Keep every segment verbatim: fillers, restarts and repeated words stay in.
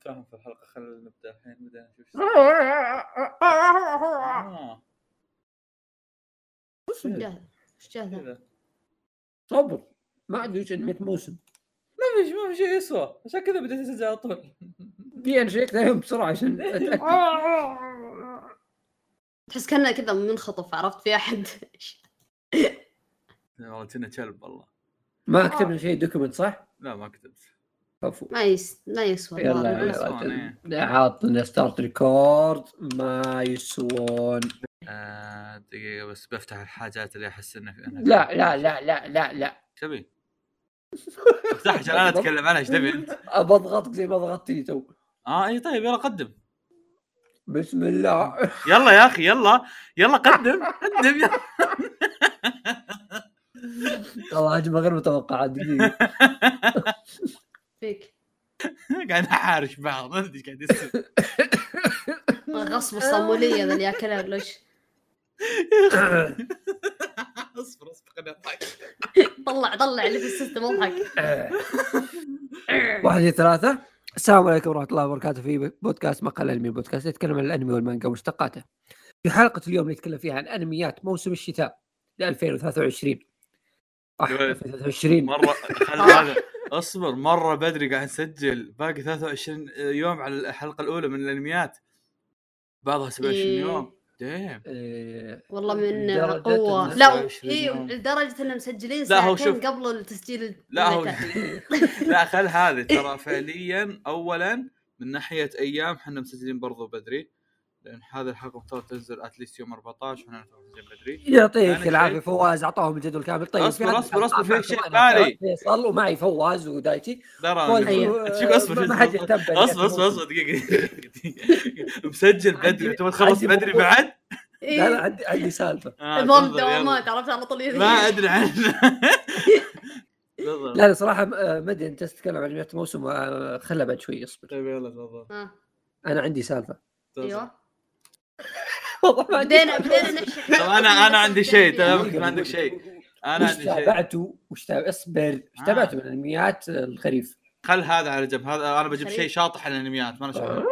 فاهم في الحلقه. خلينا نبدا الحين. بدنا نشوف اه وش جاهز وش جاهز كذا. صبر ما ادري ايش مية موسم. ما في ما في شيء يسوى، عشان كذا بديت اسجل على طول. دي انا شيك ثاني بسرعه عشان اتاكد. تحس كأنه كذا منخطف، عرفت في احد. والله كنا كلب والله. ما كتبنا شيء دوكيمنت صح؟ لا ما كتبت. عفوا. ما يس ما يسوى. يلا والله. يلا حاطنا ستارت ريكورد. ما يسوون. آه دقيقه بس بفتح الحاجات اللي احس انه أنا لا لا لا لا لا لا تبي افتح عشان انا اتكلم عنها. ايش تبي انت؟ بضغطك زي ما ضغطتني تو. اه اي طيب يلا قدم. بسم الله. يلا يا اخي يلا يلا قدم قدم يلا. والله هجمه غير متوقعه. دقيقه فيك قاعد احارش بعض ما ادري ايش قاعد يصير. غصب الصاموليه ذا اللي ياكلها ليش. اصبر اصبر خليني اضحك. طلع طلع اللي في السيستم اضحك. واحد ثلاثة. السلام عليكم ورحمة الله وبركاته. في بودكاست مقال أنمي، بودكاست يتكلم عن الأنمي والمانجا ومشتقاته. في حلقة اليوم نتكلم فيها عن أنميات موسم الشتاء ل ألفين وثلاثة وعشرين. ألفين وثلاثة وعشرين مرة خل هذا اصبر مرة بدري قاعد نسجل. باقي ثلاثة وعشرين يوم على الحلقة الأولى من الأنميات، بعضها سبعة وعشرين يوم. دايم إيه. والله من درجة قوة. إن لا إيه لدرجة إننا مسجلين لا، هو ساعتين شوف. قبل التسجيل. لا هو لا خل هذه ترى فعليا أولا من ناحية أيام حنا مسجلين برضو بدري، لأن هذا الحلقة مفترض تنزل أتليست يوم أربعة عشر وحنا مسجلين بدري. يعطيك العافية فواز، أعطاهم الجدول كامل. طيب أصبر أصبر أصبر في شيء بالي. فيصل ومعي فواز ودايتي. أيوة. شوف أصبر ما حد يهتم. أصبر أصبر أصبر دقيقة مسجل بدري تبغى تخلص بدري بعد. لا لا عندي عندي سالفة. المهم دوامات عرفت على طول. ما أدري عنه. لا لا صراحة ما أدري أنت تتكلم عن أنميات موسم. خلها بعد شوي اصبر. طيب يلا تفضل. أنا عندي سالفة. أيوة. بدينا بدينا نشرح. طب أنا أنا عندي شيء. تمام ما عندك شيء. أنا عندي شيء. تابعته وش تابع اصبر وش تابعته من أنميات الخريف. خل هذا على جنب. هذا أنا بجيب شيء شاطح على الأنميات ما أنا شاطح.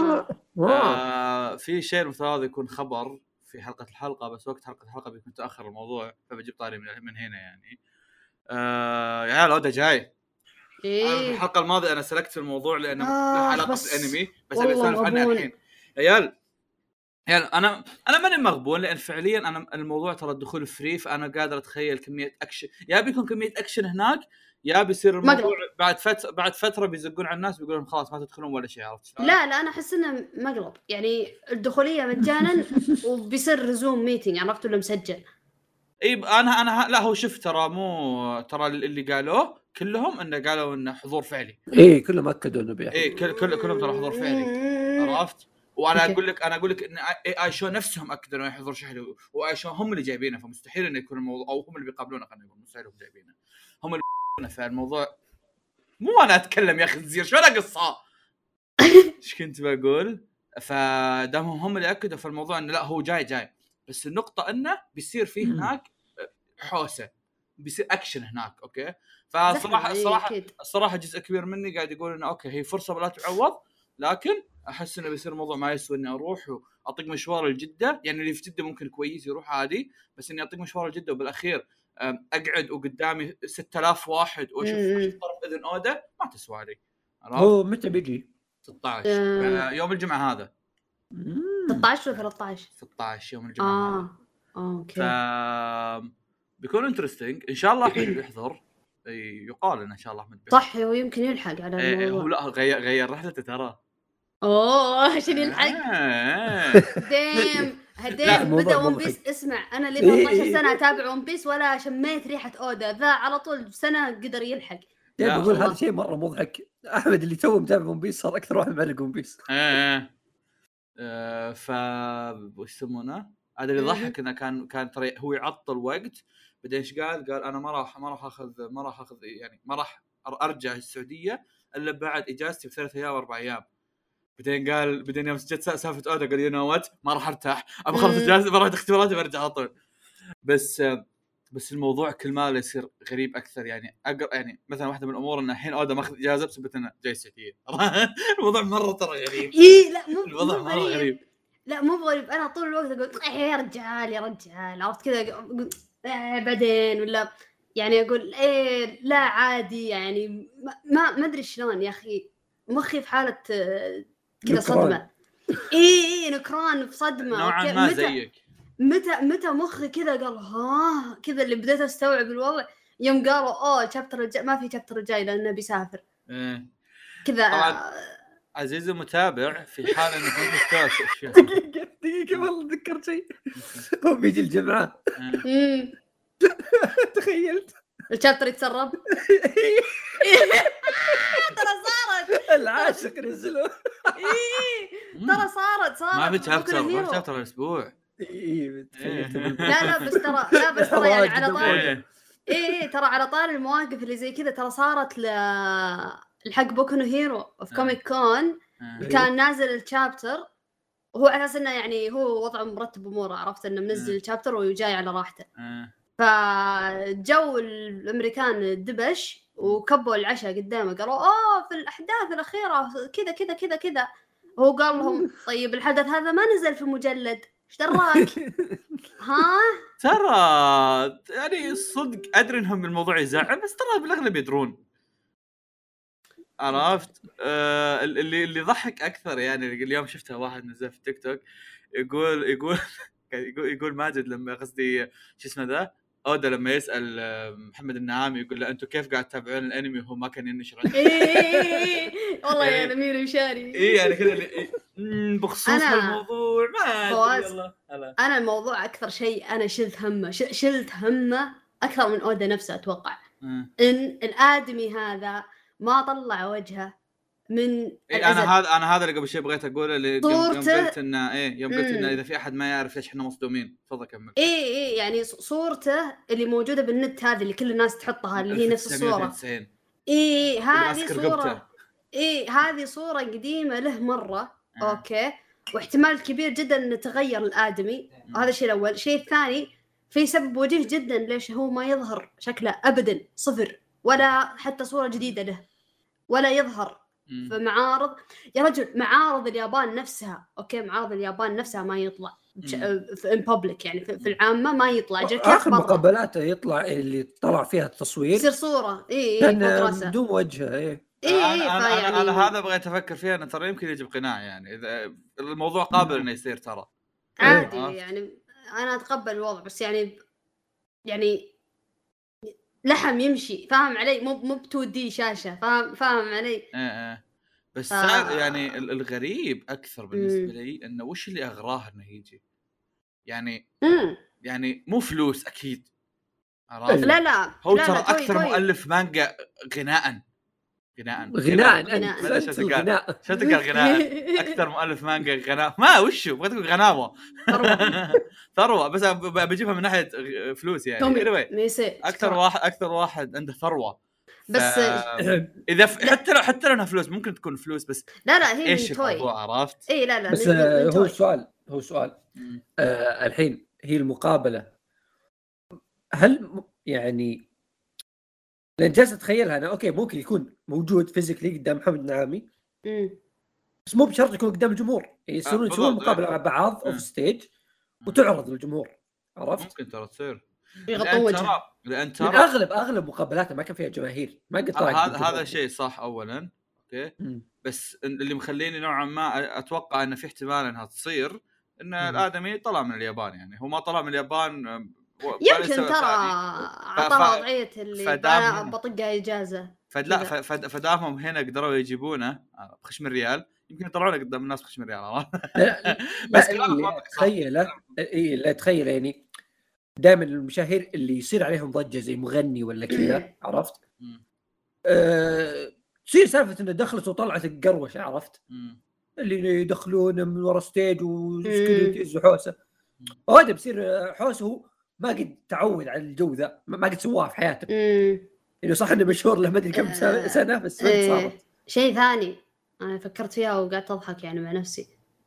آه في شيء المفترض يكون خبر في حلقة الحلقة، بس وقت حلقة الحلقة بيكون تأخر الموضوع، فبجيب طاري من هنا يعني. آه يا عيال أودا جاي. إيه. الحلقة الماضية أنا سلكت في الموضوع لأنه آه له علاقة بس بالأنمي، بس أبي أسولف عنه الحين. عيال عيال أنا أنا ماني مغبون، لأن فعليا أنا الموضوع ترى الدخول فري، فأنا قادر أتخيل كمية أكشن. يا بيكون كمية أكشن هناك، يا بيصير الموضوع مقلب. بعد فترة بعد فترة بيزقون على الناس بيقولون خلاص ما تدخلون ولا شيء. عرفت؟ لا لا أنا أحس إنه مقلب يعني. الدخولية مجانا وبيصير رزوم ميتينج، عرفت ولا مسجل. اي انا انا لا هو شوف ترى مو ترى اللي قالوه كلهم انه قالوا انه حضور فعلي. ايه كلهم اكدوا انه بيحضر. ايه كل كل كلهم ترى حضور فعلي. عرفت؟ وانا اقول لك انا اقول لك ان اي اي شو نفسهم اكدوا انه يحضر شهري، واي شو هم اللي جايبينه، فمستحيل انه يكون الموضوع او هم اللي بيقابلونه. خلينا نقول مستحيل هم جايبينه، هم اللي في الموضوع. مو انا اتكلم يا اخي الزير شو انا قصه. ايش كنت بقول؟ فدامهم هم اللي اكدوا في الموضوع انه لا هو جاي جاي، بس النقطه انه بيصير فيه هناك حوسه، بيصير اكشن هناك. اوكي فصراحه الصراحه الصراحه جزء كبير مني قاعد يقول انه اوكي هي فرصه لا تعوض، لكن احس انه بيصير الموضوع ما يسوى اني اروح واطق مشوار لجده. يعني اللي في جده ممكن كويس يروح عادي، بس اني اطق مشوار لجده وبالاخير اقعد وقدامي ستة آلاف واحد واشوف طرف اذن اودا ما تسوى لي. هو متى بيجي؟ ستة عشر أه يوم الجمعه هذا. ستة عشر ولا ثلاثة عشر؟ ستة عشر يوم الجمعه. اه اوكي. ف بيكون انترستينج ان شاء الله. احمد بيحضر، يقال ان شاء الله احمد بيحضر. صح هو يمكن يلحق على الموضوع. إيه هو لا غير غير رحلته ترى. اوه عشان يلحق. ديم هديم بدا ون بيس. اسمع انا لي ثلاثة عشر سنه اتابع ون بيس ولا شميت ريحه اودا، ذا على طول سنه قدر يلحق. بقول هذا شيء مره مضحك. احمد اللي تو متابع ون بيس صار اكثر واحد معلق ون بيس. ايه ايه ف وش يسمونه هذا اللي ضحك انه كان كان ترى هو يعطل وقت. بعدين ايش قال؟ قال انا ما راح ما راح اخذ ما راح اخذ يعني ما راح ارجع السعوديه الا بعد اجازتي بثلاث ايام اربع ايام. بعدين قال بعدين يوم جت سالفه اودا قال يو نو وات ما راح ارتاح ابى اخلص اجازتي بروح اختباراتي برجع على طول. بس بس الموضوع كل ما يصير غريب اكثر. يعني أقر... يعني مثلا واحده من الامور ان الحين اودا ماخذ اجازه بسبب انه جاي السعوديه. الموضوع مره ترى غريب. اي لا مو الوضع مو مره غريب. غريب. لا مو غريب، انا طول الوقت اقول إيه يا رجال يا رجال، عرفت كذا اقول إيه بعدين، ولا يعني اقول ايه لا عادي، يعني ما ما ادري شلون يا اخي، مخي في حاله كذا صدمه. اي اي نكران في صدمه نوعا ما زيك. متى متى مخي كذا قال ها كذا، اللي بديت استوعب الوضع يوم قالوا اوه الشابتر الجاي ما في شابتر الجاي لانه بيسافر. إيه. كذا طبعا عزيزي المتابع في حال انك انت مستوعب. دقيقه دقيقه والله تذكرت شيء. هو بيجي الجمعه امم تخيلت الشابتر يتسرب. ترى صارت العاشق نزلوا. ترى صارت صارت ما في شابتر ما شابتر الاسبوع. اي لا لا بس ترى لا بس ترى يعني على طاري إيه. ايه ترى على طاري المواقف اللي زي كذا ترى صارت ل الحق بوكو نو هيرو في كوميك كون. كان نازل الشابتر وهو على اساس انه يعني هو وضعه مرتب اموره، عرفت انه منزل الشابتر وجاي على راحته. فجو الامريكان دبش وكبوا العشاء قدامه قالوا اوه في الاحداث الاخيره كذا كذا كذا كذا. هو قال لهم طيب الحدث هذا ما نزل في مجلد ايش دراك؟ ها ترى يعني صدق ادري انهم الموضوع يزعل، بس ترى بالاغلب يدرون. عرفت آه اللي اللي ضحك اكثر يعني اليوم شفتها واحد نزل في تيك توك يقول يقول يقول, يقول ماجد لما قصدي شو اسمه ذا اودا لما يسال محمد النعامي يقول له انتم كيف قاعد تتابعون الانمي وهو ما كان ينشر عنه. ايه والله يا امير مشاري. ايه يعني كذا إيه بخصوص الموضوع ما يلا انا الموضوع اكثر شيء انا شلت همه شلت همه اكثر من اودا نفسه اتوقع م. ان الادمي هذا ما طلع وجهه من إيه انا هذا انا هذا اللي قبل شيء بغيت اقوله اللي يوم قلت انه ايه يوم قلت انه اذا في احد ما يعرف ليش احنا مصدومين تفضل كمل. ايه ايه يعني صورته اللي موجوده بالنت هذه اللي كل الناس تحطها اللي هي نفس الصوره. ايه هذه صوره ايه هذه صوره قديمه له مره. آه. اوكي واحتمال كبير جدا ان تغير الادمي. هذا الشيء الاول. الشيء الثاني في سبب وجيه جدا ليش هو ما يظهر شكله ابدا صفر ولا حتى صوره جديده له ولا يظهر في معارض. يا رجل معارض اليابان نفسها اوكي معارض اليابان نفسها ما يطلع في ان بابليك يعني في العامه ما يطلع. اخر مقابلاته يطلع اللي طلع فيها التصوير يصير صوره اي بدون وجهه. اي إيه أنا, أنا, يعني... أنا, أنا هذا بغيت أفكر فيها أنا ترى يمكن يجيب قناع يعني إذا الموضوع قابل إنه يصير ترى عادي يعني أنا أتقبل الوضع بس يعني يعني لحم يمشي فاهم علي مو مو بتودي شاشة فاهم فاهم علي. إيه إيه بس آه. يعني الغريب أكثر بالنسبة مم. لي إنه وش اللي أغراه إنه يجي يعني مم. يعني مو فلوس أكيد عرفت. لا لا هو لا ترى لا أكثر توي مؤلف مانجا غناءً غناء غناء غناء شو تقال شو تقال غناء اكثر مؤلف مانجا غناء ما وشو بغيت اقول غناوه ثروه بس بجيبها من ناحيه فلوس يعني anyway. اكثر واحد اكثر واحد عنده ثروه بس اذا ف... حتى لو حتى لو انها فلوس ممكن تكون فلوس بس لا لا هي ايش من توي الموضوع عرفت اي لا لا بس هو سؤال هو سؤال آه الحين هي المقابله هل يعني لان جالس اتخيلها انا اوكي ممكن يكون موجود فيزيكلي قدام محمد النعامي امم بس مو بشرط يكون قدام الجمهور يعني يصيرون آه يسوون مقابله مع بعض اوف ستيج وتعرض للجمهور عرفت ممكن ترى تصير يغطون وجهه لان ترى اغلب اغلب مقابلاتها ما كان فيها جماهير ما قد طلع هذا هذا شيء صح اولا اوكي م. بس اللي مخليني نوعا ما اتوقع انه في احتمال انها تصير ان الادمي طلع من اليابان يعني هو ما طلع من اليابان يمكن ترى عطاها وضعيه اللي انا بطقها اجازه فلا فدامهم هنا قدروا يجيبونه بخشم الريال يمكن يطلعونه قدام الناس بخشم الريال بس تخيل اي لا تخيل يعني دائما المشاهير اللي يصير عليهم ضجه زي مغني ولا كذا عرفت أه تصير سالفه انه دخلت وطلعت القروشه عرفت مم. اللي يدخلون من ورا ستيج وسكيورتيز وحوسه وهذا بصير حوسه هو ما قد تعود على الجو ذا ما قد سواه في حياته انه صح انه مشهور له ما ادري كم سنه بس ما صارت شيء ثاني انا فكرت فيها وقعدت اضحك يعني مع نفسي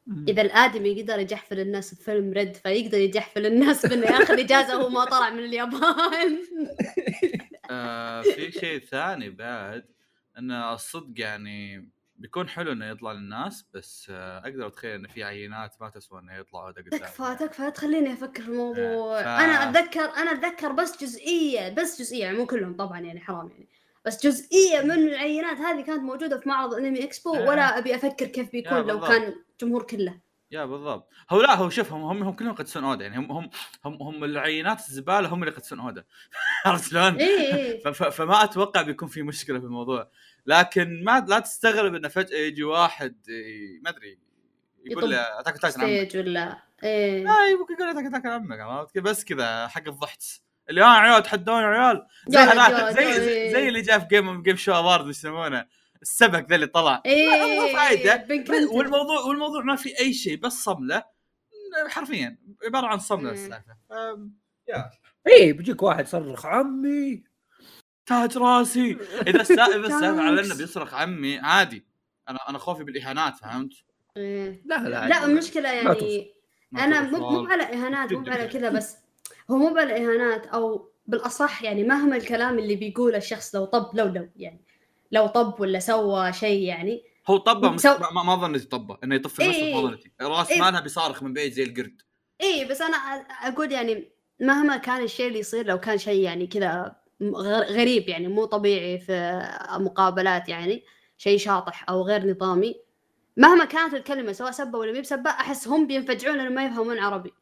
اذا الادمي يقدر يجحفل الناس بفيلم ريد فيقدر يجحفل الناس بانه ياخذ اجازه وهو ما طلع من اليابان. آه في شيء ثاني بعد ان الصدق يعني بيكون حلو انه يطلع للناس، بس آه اقدر اتخيل ان في عينات ما تسوى انه يطلعوا هذا قدام. تكفى تكفى تخليني افكر في الموضوع. ف... انا اتذكر انا اتذكر بس جزئيه بس جزئيه يعني مو كلهم طبعا يعني حرام يعني، بس جزئيه من العينات هذه كانت موجوده في معرض انمي اكسبو. آه. ولا ابي افكر كيف بيكون لو بالضبط. كان جمهور كله. يا بالضبط. هو لا هو شوف هم هم, هم كلهم قدسون اودا يعني هم هم هم, هم العينات الزباله هم اللي قدسون اودا. عرفت شلون؟ إيه. فما اتوقع بيكون في مشكله في الموضوع، لكن ما لا تستغرب انه فجاه يجي واحد ما ادري يقول له اتاك اتاك ستيج ولا ايه لا يبغى يقول اتاك اتاك عمك. عرفت بس كذا حق الضحك اللي ها عيال تحدون عيال زي هذا زي, زي زي اللي جاء في جيم جيم شو اوارد يسمونه السبك ذا اللي طلع ايه فايده. والموضوع والموضوع ما في اي شيء بس صمله حرفيا عباره عن صمله السالفه. يا ايه بيجيك واحد صرخ عمي تاج راسي. اذا السالفه السالفه على انه بيصرخ عمي عادي، انا انا خوفي بالاهانات فهمت. إيه. لا لا لا المشكله يعني انا مو مو على اهانات مو على كذا، بس هو مو على اهانات او بالاصح يعني مهما الكلام اللي بيقوله الشخص لو طب لو لو يعني لو طب ولا سوى شيء يعني هو طبه مس... سو... ما ما ظنيت طبه انه يطفي إيه نفسه. ما ظنيت راس إيه مالها بيصارخ من بعيد زي القرد. ايه بس انا اقول يعني مهما كان الشيء اللي يصير لو كان شيء يعني كذا غريب يعني مو طبيعي في مقابلات يعني شيء شاطح او غير نظامي، مهما كانت الكلمه سواء سبه ولا مي بسبه احس هم بينفجعون لانه ما يفهمون عربي.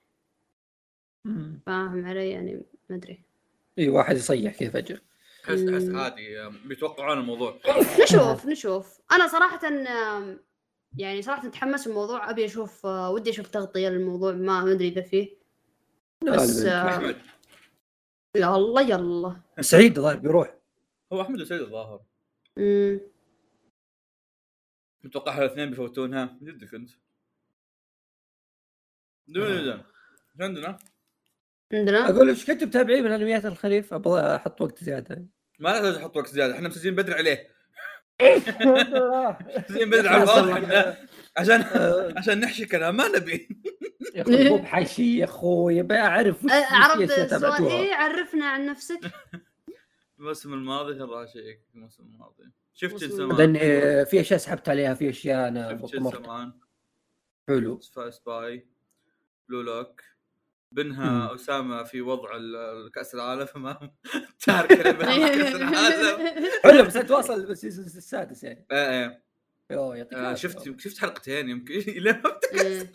فاهم علي يعني ما ادري. اي واحد يصيح كيف فجأة احس احس عادي بيتوقعون الموضوع. نشوف نشوف انا صراحه يعني صراحه تحمس الموضوع. ابي اشوف ودي اشوف تغطيه للموضوع ما ادري اذا فيه بس احمد يلا يلا سعيد الظاهر بيروح. هو احمد وسعيد الظاهر امم متوقع الاثنين بيفوتونها جدك انت. دون عندنا عندنا اقول ايش كنت متابعين من انميات الخريف ابغى احط وقت زياده. ما نحتاج نحط وقت زياده احنا مسجلين بدري عليه. مسجلين بدري على الفاضي عشان عشان نحشي كلام ما نبي. يا اخوي مو بحشي يا اخوي بعرف وش عرفت السؤال. ايه عرفنا عن نفسك. الموسم الماضي ترى شيء الموسم الماضي شفت الزمان بعدين في اشياء سحبت عليها في اشياء انا طمرت. حلو سباي سباي بلو لوك بنها أسامة في وضع الكأس العالم فما تارك كأس العالم. حلو بس تواصل بس السادس يعني. ايه ايه آه شفت شفت حلقتين يمكن ليه ما افتكرت.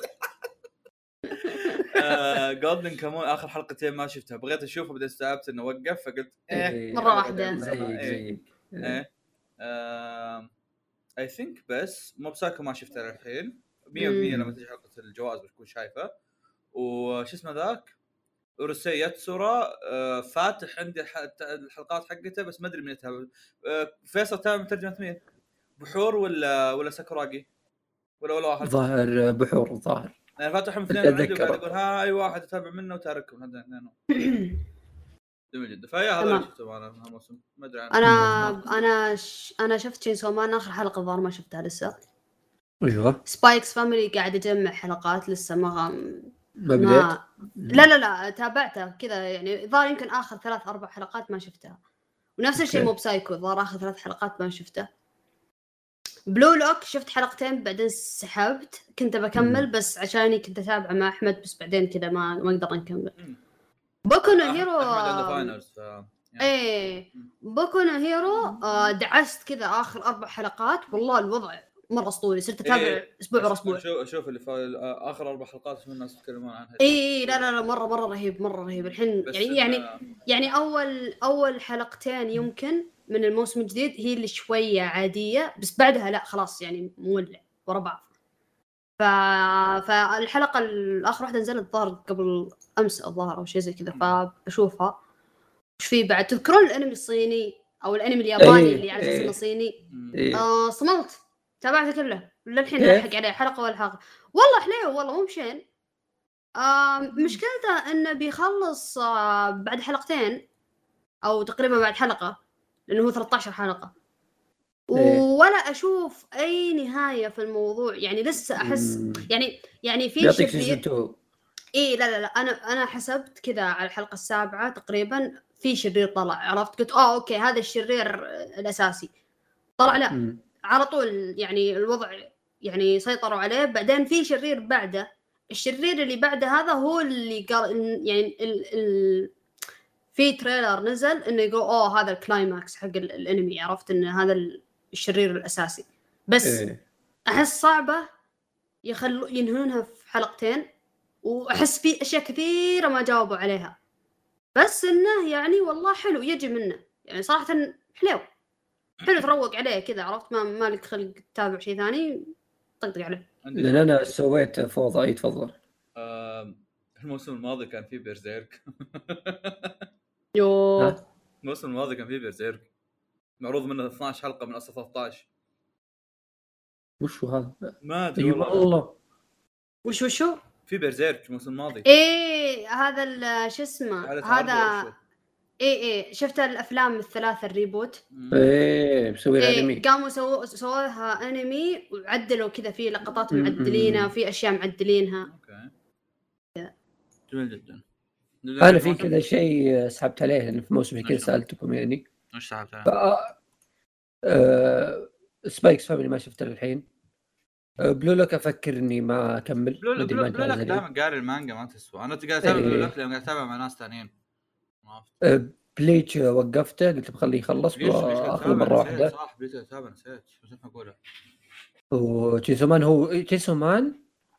جولدن كامون اخر حلقتين ما شفتها بغيت اشوفها بعدين استوعبت انه وقف فقلت ايه مره واحده زي زي ايه اي ثينك بس مو بساكو ما شفتها الحين مية بالمية لما تجي حلقه الجواز بتكون شايفه. وش اسمه ذاك أورسي ياتسورا آه فاتح عندي الحلقات حقته بس ما ادري منتها. آه فيصل تابع ترجمه مين بحور ولا ولا ساكوراغي ولا ولا واحد ظاهر بحور الظاهر انا فاتحهم اثنين عندي وقاعد اقول ها اي واحد اتابع منه وتاركهم هذا اثنين. جميل جدا. فيا هذا شفته انا هالموسم ما ادري انا انا ش... انا شفت شين سومان اخر حلقه الظاهر ما شفتها لسه. ايوه سبايكس فاميلي قاعد يجمع حلقات لسه ما ما بديت. لا لا لا تابعتها كذا يعني ظاهر يمكن اخر ثلاث اربع حلقات ما شفتها. ونفس الشيء مو بسايكو ظاهر اخر ثلاث حلقات ما شفته. بلو لوك شفت حلقتين بعدين سحبت كنت بكمل بس عشاني كنت اتابع مع احمد بس بعدين كذا ما ما اقدر نكمل. بوكو نو هيرو ف... ايه بوكو نو هيرو دعست كذا اخر اربع حلقات والله الوضع مره اسطوري صرت اتابع إيه اسبوع ورا اسبوع. شوف شوف اللي في اخر اربع حلقات من الناس يتكلمون عنها. اي لا لا لا مره مره رهيب مره رهيب الحين يعني يعني يعني اول اول حلقتين يمكن من الموسم الجديد هي اللي شويه عاديه بس بعدها لا خلاص يعني مولع ورا بعض. ف فالحلقه الاخر واحده نزلت ظهر قبل امس الظاهر او شيء زي كذا فبشوفها. وش في بعد تذكرون الانمي الصيني او الانمي الياباني إيه اللي على اساس انه صيني إيه آه صملت تابعته كله للحين إيه؟ لحق عليه حلقه ولا حلقه والله حليو والله مو مشين. آه مشكلته انه بيخلص آه بعد حلقتين او تقريبا بعد حلقه لانه هو ثلاثة عشر حلقه ولا اشوف اي نهايه في الموضوع يعني لسه احس يعني يعني في شرير ايه لا لا لا انا انا حسبت كذا على الحلقه السابعه تقريبا في شرير طلع عرفت قلت اه اوكي هذا الشرير الاساسي طلع لا م. على طول يعني الوضع يعني سيطروا عليه بعدين في شرير بعده الشرير اللي بعده هذا هو اللي قال يعني ال ال في تريلر نزل انه يقول اوه هذا الكلايماكس حق الانمي عرفت ان هذا الشرير الاساسي بس إيه. احس صعبه يخلوا ينهونها في حلقتين واحس في اشياء كثيره ما جاوبوا عليها بس انه يعني والله حلو يجي منه يعني صراحه حلو حلو تروق عليه كذا عرفت ما مالك خلق تتابع شيء ثاني طقطق عليه لان انا سويت فوضى. اي تفضل. آه الموسم الماضي كان فيه بيرزيرك يو الموسم الماضي كان فيه بيرزيرك معروض منه اثناشر حلقه من اصل ثلاثة عشر. وش هو هذا؟ ما ادري والله. وش وشو في بيرزيرك الموسم الماضي. ايه هذا شو اسمه هذا ايه ايه شفت الافلام الثلاثه الريبوت ايه مسوي إيه انمي قاموا سووا سووها انمي وعدلوا كذا في لقطات معدلينها وفي اشياء معدلينها. اوكي جميل جدا. انا في كذا شيء سحبت عليه لان في موسم كذا سالتكم يعني ايش سحبت عليه؟ ف... آه... سبايكس فاميلي ما شفته للحين. آه... بلو لوك افكر اني ما اكمل. بلو لوك بلو لوك دائما قاري المانجا ما تسوى. انا قاعد اتابع بلو لوك لان قاعد اتابع مع ناس ثانيين. آه... بليتش وقفته قلت بخليه يخلص واخذ مره واحده. صح بليتش اتابع نسيت بس ما اقولها. وتشينسو مان هو تشينسو مان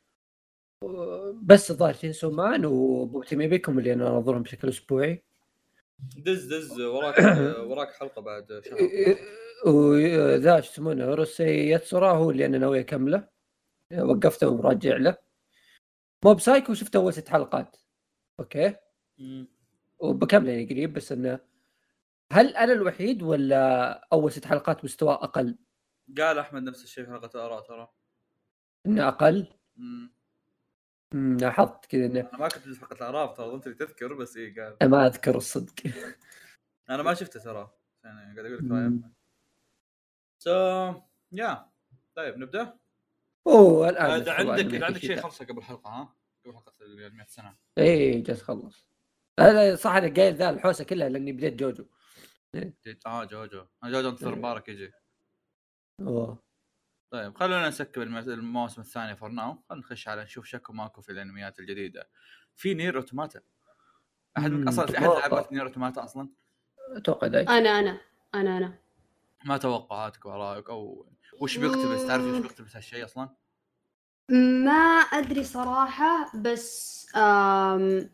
بس الظاهر تشينسو مان وبوتيمي بيكم اللي انا انظرهم بشكل اسبوعي. دز دز وراك وراك حلقه بعد شهر. وذا شو يسمونه روسي يتسرا هو اللي انا ناوي اكمله وقفته ومراجع له. موب سايكو شفت اول ست حلقات اوكي امم وبكمله يعني قريب بس انه هل انا الوحيد ولا اول ست حلقات مستوى اقل؟ قال احمد نفس الشيء في حلقه اراء ترى انه اقل. امم امم لاحظت كذا انه انا ما كنت في حلقه الاعراف ترى انت اللي تذكر بس ايه قال ما اذكر الصدق. انا ما شفته ترى يعني قاعد اقول لك رايي. سو يا طيب نبدا. اوه الان اذا عندك اذا عندك شيء خلصه قبل الحلقه ها قبل حلقه ال مئة سنه. ايه جالس خلص. هذا صح انا قايل ذا الحوسه كلها لاني بديت جوجو. اه جوجو انا جوجو انتظر مبارك يجي. اوه طيب خلونا نسكب الموسم الثاني فور ناو. خلينا نخش على نشوف شكو ماكو في الانميات الجديده. في نير اوتوماتا. احد من اصلا في احد لعبت نير اوتوماتا اصلا؟ اتوقع ذاك. انا انا انا انا ما توقعاتك ورايك او وش بيقتبس؟ تعرف وش بيقتبس هالشيء اصلا؟ ما ادري صراحه بس آم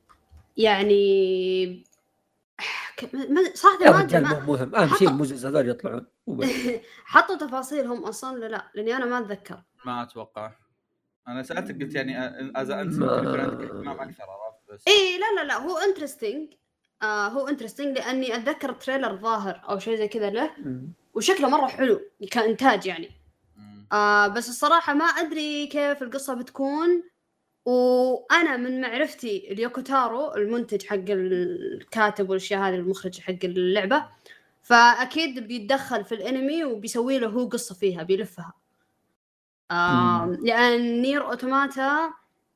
يعني صراحه ما ادري ما مهم اهم شيء الموزز هذول يطلعون حطوا تفاصيلهم اصلا لا لا لاني انا ما اتذكر. ما اتوقع. انا سالتك قلت يعني اذا انت ممكن يكون عندك اهتمام اكثر عرفت بس ايه لا لا لا هو انترستينج. آه هو انترستينج لاني اتذكر تريلر ظاهر او شيء زي كذا له وشكله مره حلو كانتاج يعني. آه بس الصراحه ما ادري كيف القصه بتكون. وانا من معرفتي اليوكو تارو المنتج حق الكاتب والاشياء هذه المخرج حق اللعبه فاكيد بيتدخل في الانمي وبيسوي له هو قصه فيها بيلفها. آه لان نير اوتوماتا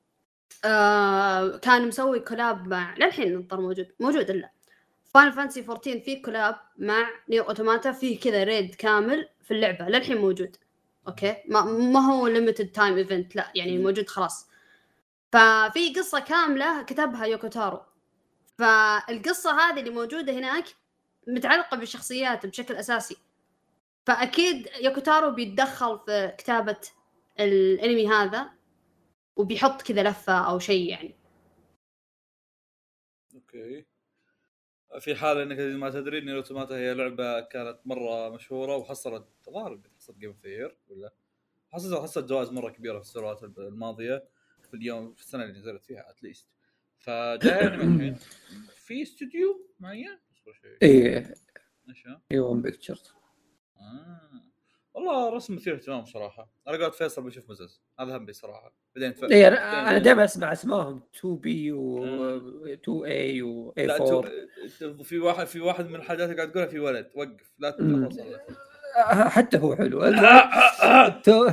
آه كان مسوي كولاب مع للحين الظاهر موجود موجود الا فاينل فانتسي أربعة عشر في كولاب مع نير اوتوماتا فيه كذا ريد كامل في اللعبه للحين موجود. اوكي ما ما هو ليميتد تايم ايفنت لا يعني موجود خلاص. ففي قصة كاملة كتبها يوكو تارو. فالقصة هذه اللي موجودة هناك متعلقة بالشخصيات بشكل أساسي. فأكيد يوكو تارو بيتدخل في كتابة الانمي هذا وبيحط كذا لفة أو شيء يعني. اوكي في حال انك ما تدري ان اوتوماتا هي لعبة كانت مرة مشهورة وحصلت تظاهر حصلت جيم فير ولا حصلت حصلت جوائز مرة كبيرة في السنوات الماضية في اليوم في السنه اللي نزلت فيها اتليست. فجاء من الحين في استوديو معين ايه ايش يوم بيكتشرز. اه والله رسم مثير اهتمام صراحه. انا قلت فيصل بيشوف مزز هذا هم بصراحه بعدين ف... إيه انا دائما اسمع اسمائهم تو بي و تو اي و اي أربعة. في واحد في واحد من الحاجات اللي قاعد تقولها في ولد وقف لا تخلص. حتى هو حلو. تو...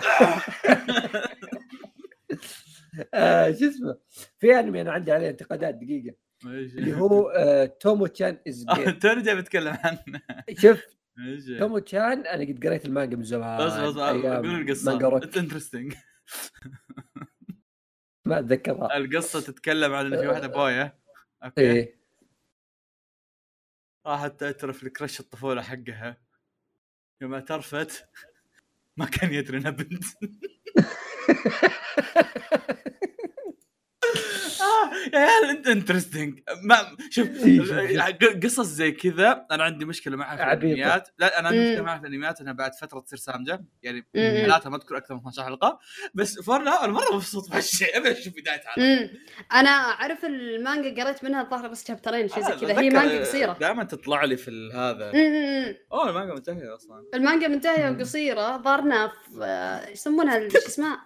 آه شو اسمه في انمي انا عندي عليه انتقادات دقيقه اللي هو آه تومو تشان از جي. توني جاي بتكلم عنه. شوف تومو تشان انا قد قريت المانجا من زمان. بس بس اقول القصه اتس انترستينج. ما اتذكرها. القصه تتكلم عن ان في واحده بويه اوكي إيه. راحت تعترف لكرش الطفوله حقها. يوم اعترفت ما كان يدري انها بنت. يا عيال انت انترستينج. ما شوف قصص زي كذا انا عندي مشكله معها في الانميات. لا انا عندي مشكله معها في الانميات انها بعد فتره تصير سامجه يعني حالاتها ما تذكر اكثر من اثناشر حلقه بس. فورنا انا مره مبسوط بهالشيء ابي اشوف بدايتها. انا اعرف المانجا قريت منها الظاهر بس شابترين شيء زي كذا. هي مانجا قصيره دائما تطلع لي في هذا. اوه المانجا منتهيه اصلا. المانجا منتهيه وقصيره. ظهرنا ايش يسمونها شو اسمها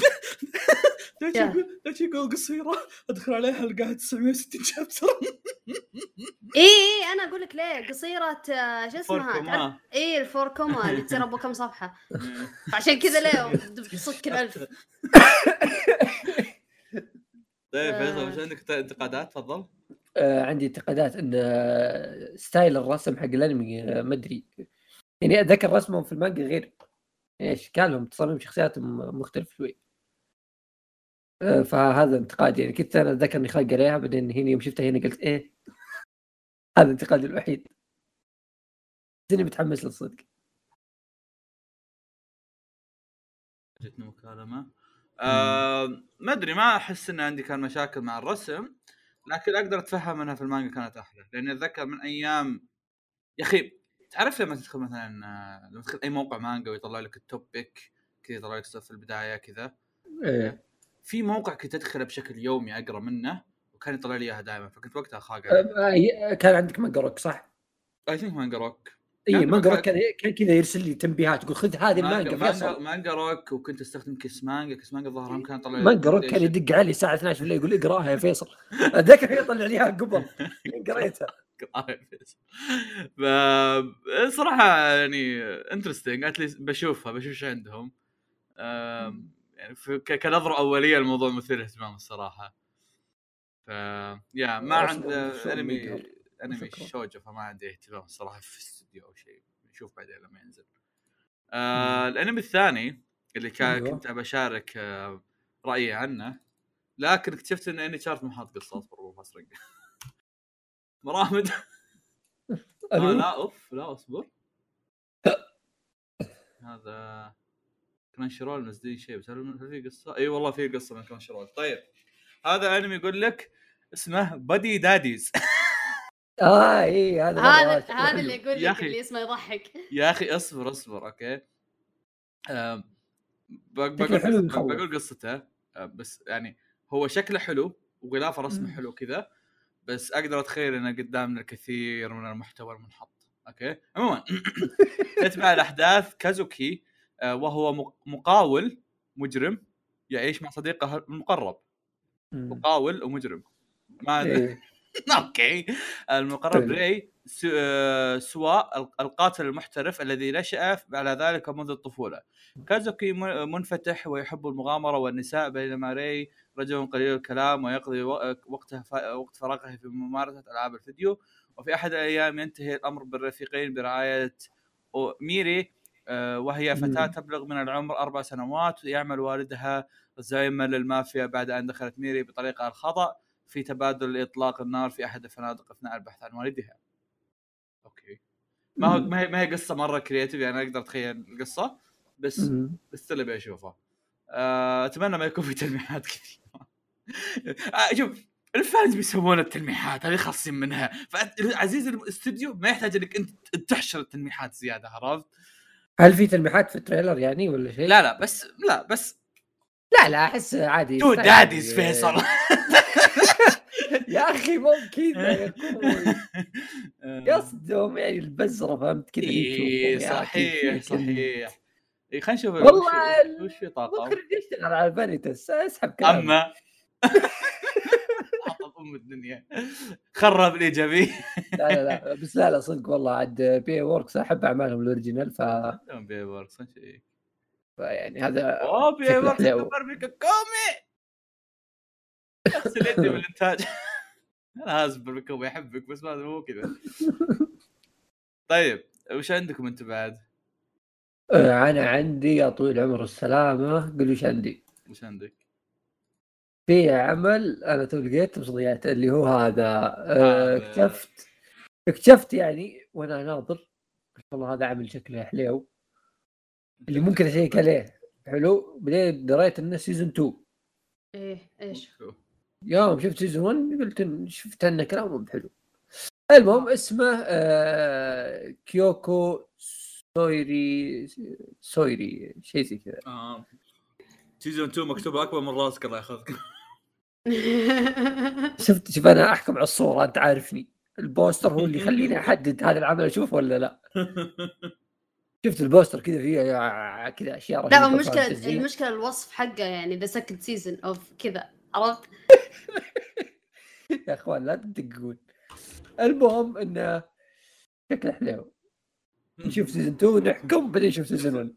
ليش يقول قصيره ادخل عليها حلقه تسعمية وستين شابتر. اي انا اقول لك ليه قصيره شو اسمها اي الفور كوما اللي تصير ابو كم صفحه عشان كذا ليه بصك الالف. طيب فيصل وش عندك انتقادات؟ تفضل. آه عندي انتقادات ان ستايل الرسم حق الانمي ما ادري يعني اتذكر رسمهم في المانجا غير ايش كانهم تصميم شخصياتهم مختلف شوي. آه فهذا انتقاد يعني كنت انا اتذكر اني خلق عليها بعدين هنا يوم شفتها هنا قلت ايه هذا انتقادي الوحيد. زيني متحمس للصدق. جتني مكالمة آه ما أدري ما أحس إن عندي كان مشاكل مع الرسم لكن أقدر أتفهم أنها في المانجا كانت أحلى لأني أتذكر من أيام يا أخي تعرف لما تدخل مثلا لما تدخل أي موقع مانجا ويطلع لك التوبيك كذا يطلع لك في البداية كذا إيه. في موقع كنت أدخله بشكل يومي أقرأ منه وكان يطلع لي إياها دائما فكنت وقتها خاقع. أه كان عندك مانجا روك صح؟ أي ثينك مانجا روك. اي مانجا روك كان كان كذا يرسل لي تنبيهات يقول خذ هذه المانجا مانجا مانجا روك وكنت استخدم كيس مانجا كيس مانجا ظهرهم كان طلع مانجا روك كان يدق علي الساعه اثناشر بالليل يقول اقراها يا فيصل. اتذكر يطلع لي اياها قبل قريتها قراها يا فيصل. بصراحه يعني انترستينج اتليست بشوفها بشوف ايش عندهم يعني كنظره اوليه الموضوع مثير اهتمام الصراحه. ف يا ما عند انمي انمي شوجو فما عندي اهتمام الصراحه في الاستوديو او شيء نشوف بعدين لما ينزل. آه الانمي الثاني اللي كان كنت بشارك آه رايي عنه لكن اكتشفت ان اني شارت محاط قصه اصبر بفسرق مرامد. آه لا اوف لا اصبر هذا كرانشيرول منزلين شيء بس هل في قصه؟ اي والله في قصه من كرانشيرول. طيب هذا انمي يقول لك اسمه بادي داديز. اه اي هذا هذا هذا اللي يقول لك اللي اسمه يضحك يا اخي اصبر اصبر اوكي. آه بقول بقول قصته آه بس يعني هو شكله حلو وغلاف رسمه حلو كذا بس اقدر اتخيل انه قدامنا الكثير من المحتوى المنحط. اوكي عموما تتبع الاحداث كازوكي آه وهو مقاول مجرم يعيش مع صديقه المقرب. مقاول ومجرم ما اوكي المقرب ري سواء القاتل المحترف الذي نشأ على ذلك منذ الطفولة. كازوكي منفتح ويحب المغامرة والنساء بينما ري رجل قليل الكلام ويقضي وقته وقت فراغه في ممارسة ألعاب الفيديو. وفي أحد الأيام ينتهي الأمر بالرفيقين برعاية ميري وهي فتاة تبلغ من العمر أربع سنوات يعمل والدها زعيما للمافيا بعد أن دخلت ميري بطريقة الخطأ في تبادل إطلاق النار في أحد الفنادق أثناء البحث عن والدها. أوكي ما هو ما هي ما هي قصة مرة كرياتيف يعني أقدر أتخيل القصة بس بس اللي بيشوفها أه أتمنى ما يكون في تلميحات كثير. أه شوف الفانز بيسوون التلميحات هذه خاصين منها فعزيز الاستوديو ما يحتاج انك انت تحشر التلميحات زياده عرفت. هل في تلميحات في التريلر يعني ولا شيء؟ لا لا بس لا بس لا لا احس عادي تو داديز فيصل. يا اخي مو كذا يكون قصدهم يعني البزره فهمت كذا اي صحيح صحيح. اي خلينا نشوف والله وش في طاقه ممكن يشتغل على فانيتس اسحب كلام اما ام الدنيا خرب الايجابي. لا لا لا بس لا لا صدق والله عاد بي ووركس احب اعمالهم الاوريجينال ف بي ووركس شيء يعني هذا اوه بي ووركس برميك كومي اغسل يدي من الانتاج. انا اسف بالكومي يحبك بس ما مو كذا. طيب وش عندكم انت بعد؟ انا عندي يا طويل العمر والسلامه قل وش عندي. وش عندك؟ في عمل انا تو لقيت بصديات اللي هو هذا اكتشفت اكتشفت يعني وانا ناظر والله هذا عمل شكله حليو اللي ممكن اشيك عليه حلو. بعدين دريت انه سيزون تو. ايه ايش يوم شفت سيزون واحد قلت شفت انه كلامهم حلو. المهم اسمه آه كيوكو سويري سويري شيء زي كذا. اه سيزون تو مكتوب اكبر من راسك الله ياخذك. شفت شوف انا احكم على الصوره انت عارفني البوستر هو اللي يخليني احدد هذا العمل اشوفه ولا لا. شفت البوستر كذا فيه كذا اشياء رهيبه. لا المشكله المشكله الوصف حقه يعني ذا سكند سيزون اوف كذا عرفت. يا اخوان لا تدقون. المهم انه شكله حلو نشوف سيزون تو نحكم بعدين نشوف سيزون واحد.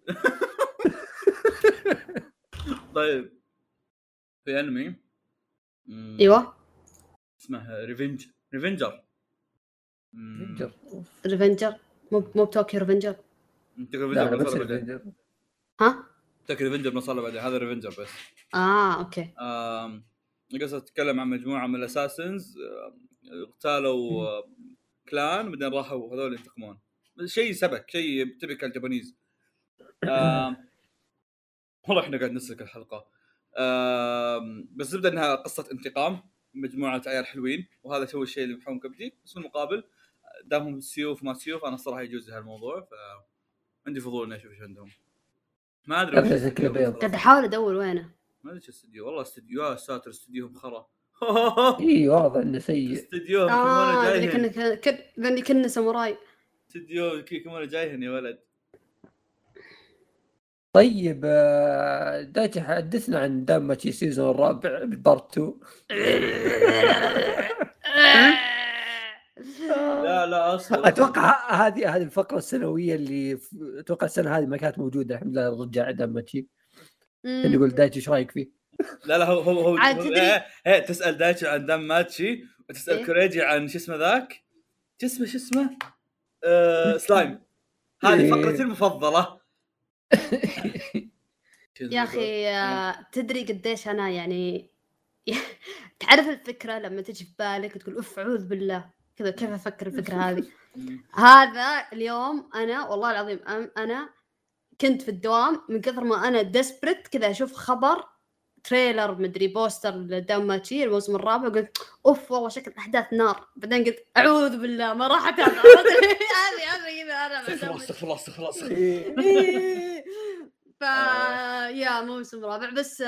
طيب في انمي ايوه اسمه ريفنج ريفنجر ريفنجر ريفنجر مو مو توكيو ريفنجر. انت ريفنجر ها توكيو ريفنجر ما صار له بعدين هذا ريفنجر بس. اه اوكي. امم القصه تتكلم عن مجموعه من الاساسنز اغتالوا كلان بعدين راحوا هذول ينتقمون شيء سبك شيء تبكال جابانيز. امم والله احنا قاعد نسلك الحلقه. امم بس نبدا انها قصه انتقام مجموعه عيال حلوين وهذا هو الشيء اللي بحاول كبدي. بس في المقابل دامهم سيوف ما سيوف انا الصراحه يجوز هالموضوع فعندي فضول اني اشوف ايش عندهم. ما ادري قاعد احاول ادور وينه ما ادري ايش استديو والله استديو يا ساتر استديوهم خرا. اي واضح انه سيء استديوهم اه اللي كنا كنا كنا ساموراي استديو كيمونه جايهن يا ولد. طيب دايتي حدثنا عن داماتشي سيزون الرابع بالبارت تو. لا لا اصبر اتوقع هذه هذه الفقره السنويه اللي اتوقع السنه هذه ما كانت موجوده الحمد لله رجع داماتشي. اللي يقول دايتشي ايش رايك فيه؟ لا لا هو هو, هو ايه ايه تسال دايتشي عن داماتشي وتسال إيه؟ كوريجي عن شو اسمه ذاك شو اسمه شو اسمه آه سلايم. هذه إيه؟ فقرتي المفضله. يا اخي تدري قديش انا يعني تعرف الفكره لما تجي في بالك وتقول اف اعوذ بالله كذا كيف افكر الفكره هذه. هذا اليوم انا والله العظيم انا كنت في الدوام من كثر ما انا ديسبريت كذا اشوف خبر تريلر مدري بوستر لداماتشي الموسم الرابع قلت اوف والله شكل احداث نار. بعدين قلت اعوذ بالله ما راح اتابع هذه هذه كذا انا خلاص خلاص خلاص ف يا موسم رابع بس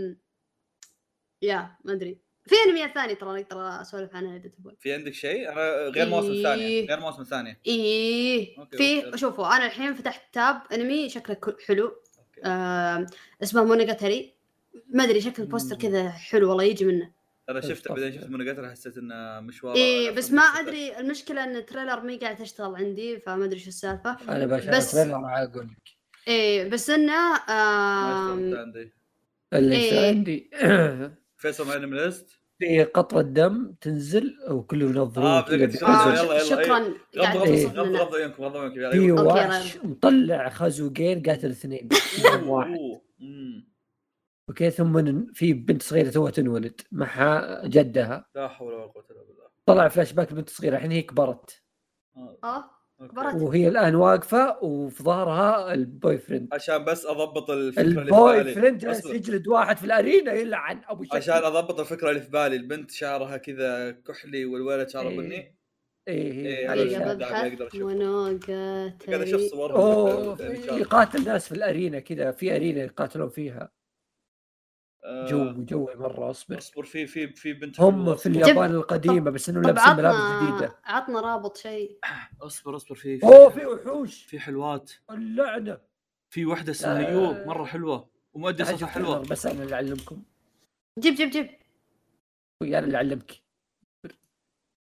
يا ما ادري في انميات ثانيه ترى نقدر اسولف عنها اذا تبغى. في عندك شيء؟ انا غير موسم إيه ثاني غير موسم ثاني ايه في شوفوا انا الحين فتحت تاب انمي شكله حلو آه اسمه مونوجاتاري ما ادري شكل البوستر كذا حلو والله يجي منه. انا شفت بعدين شفت مونوجاتاري حسيت انه مشوار ايه بس ما ادري المشكله ان التريلر ما قاعد تشتغل عندي فما ادري شو السالفه. انا بس التريلر راح اقول لك ايه بس انه آم... عندي اللي إيه عندي فيصل معنا من ليست في قطرة دم تنزل وكله ينظرون آه كذا آه يلا يلا شكرا قاعد غض غض عيونكم غض عيونكم في واش مطلع خازوقين قاتل اثنين واحد اوكي ثم في بنت صغيره توها تنولد مع جدها لا حول ولا قوه الا بالله. طلع فلاش باك بنت صغيره الحين هي كبرت اه كبرت وهي الان واقفه وفي ظهرها البوي فريند عشان بس اضبط الفكره اللي في بالي. البوي فريند جالس يجلد واحد في الارينا يلعن ابو شكل عشان اضبط الفكره اللي في بالي. البنت شعرها كذا كحلي والولد شعره بني ايه ايه علشان اقدر اشوف قاعد اشوف صور يقاتل ناس في الارينا كذا في ارينا يقاتلون فيها جو جو مره اصبر اصبر في في في بنت هم في اليابان القديمه بس انه لابسين ملابس جديده. عطنا رابط شيء اصبر اصبر في اوه في وحوش في حلوات اللعنه في واحده اسمها يو مره حلوه ومؤدي صوتها حلوه. بس انا اللي اعلمكم جيب جيب جيب ويا انا اللي اعلمك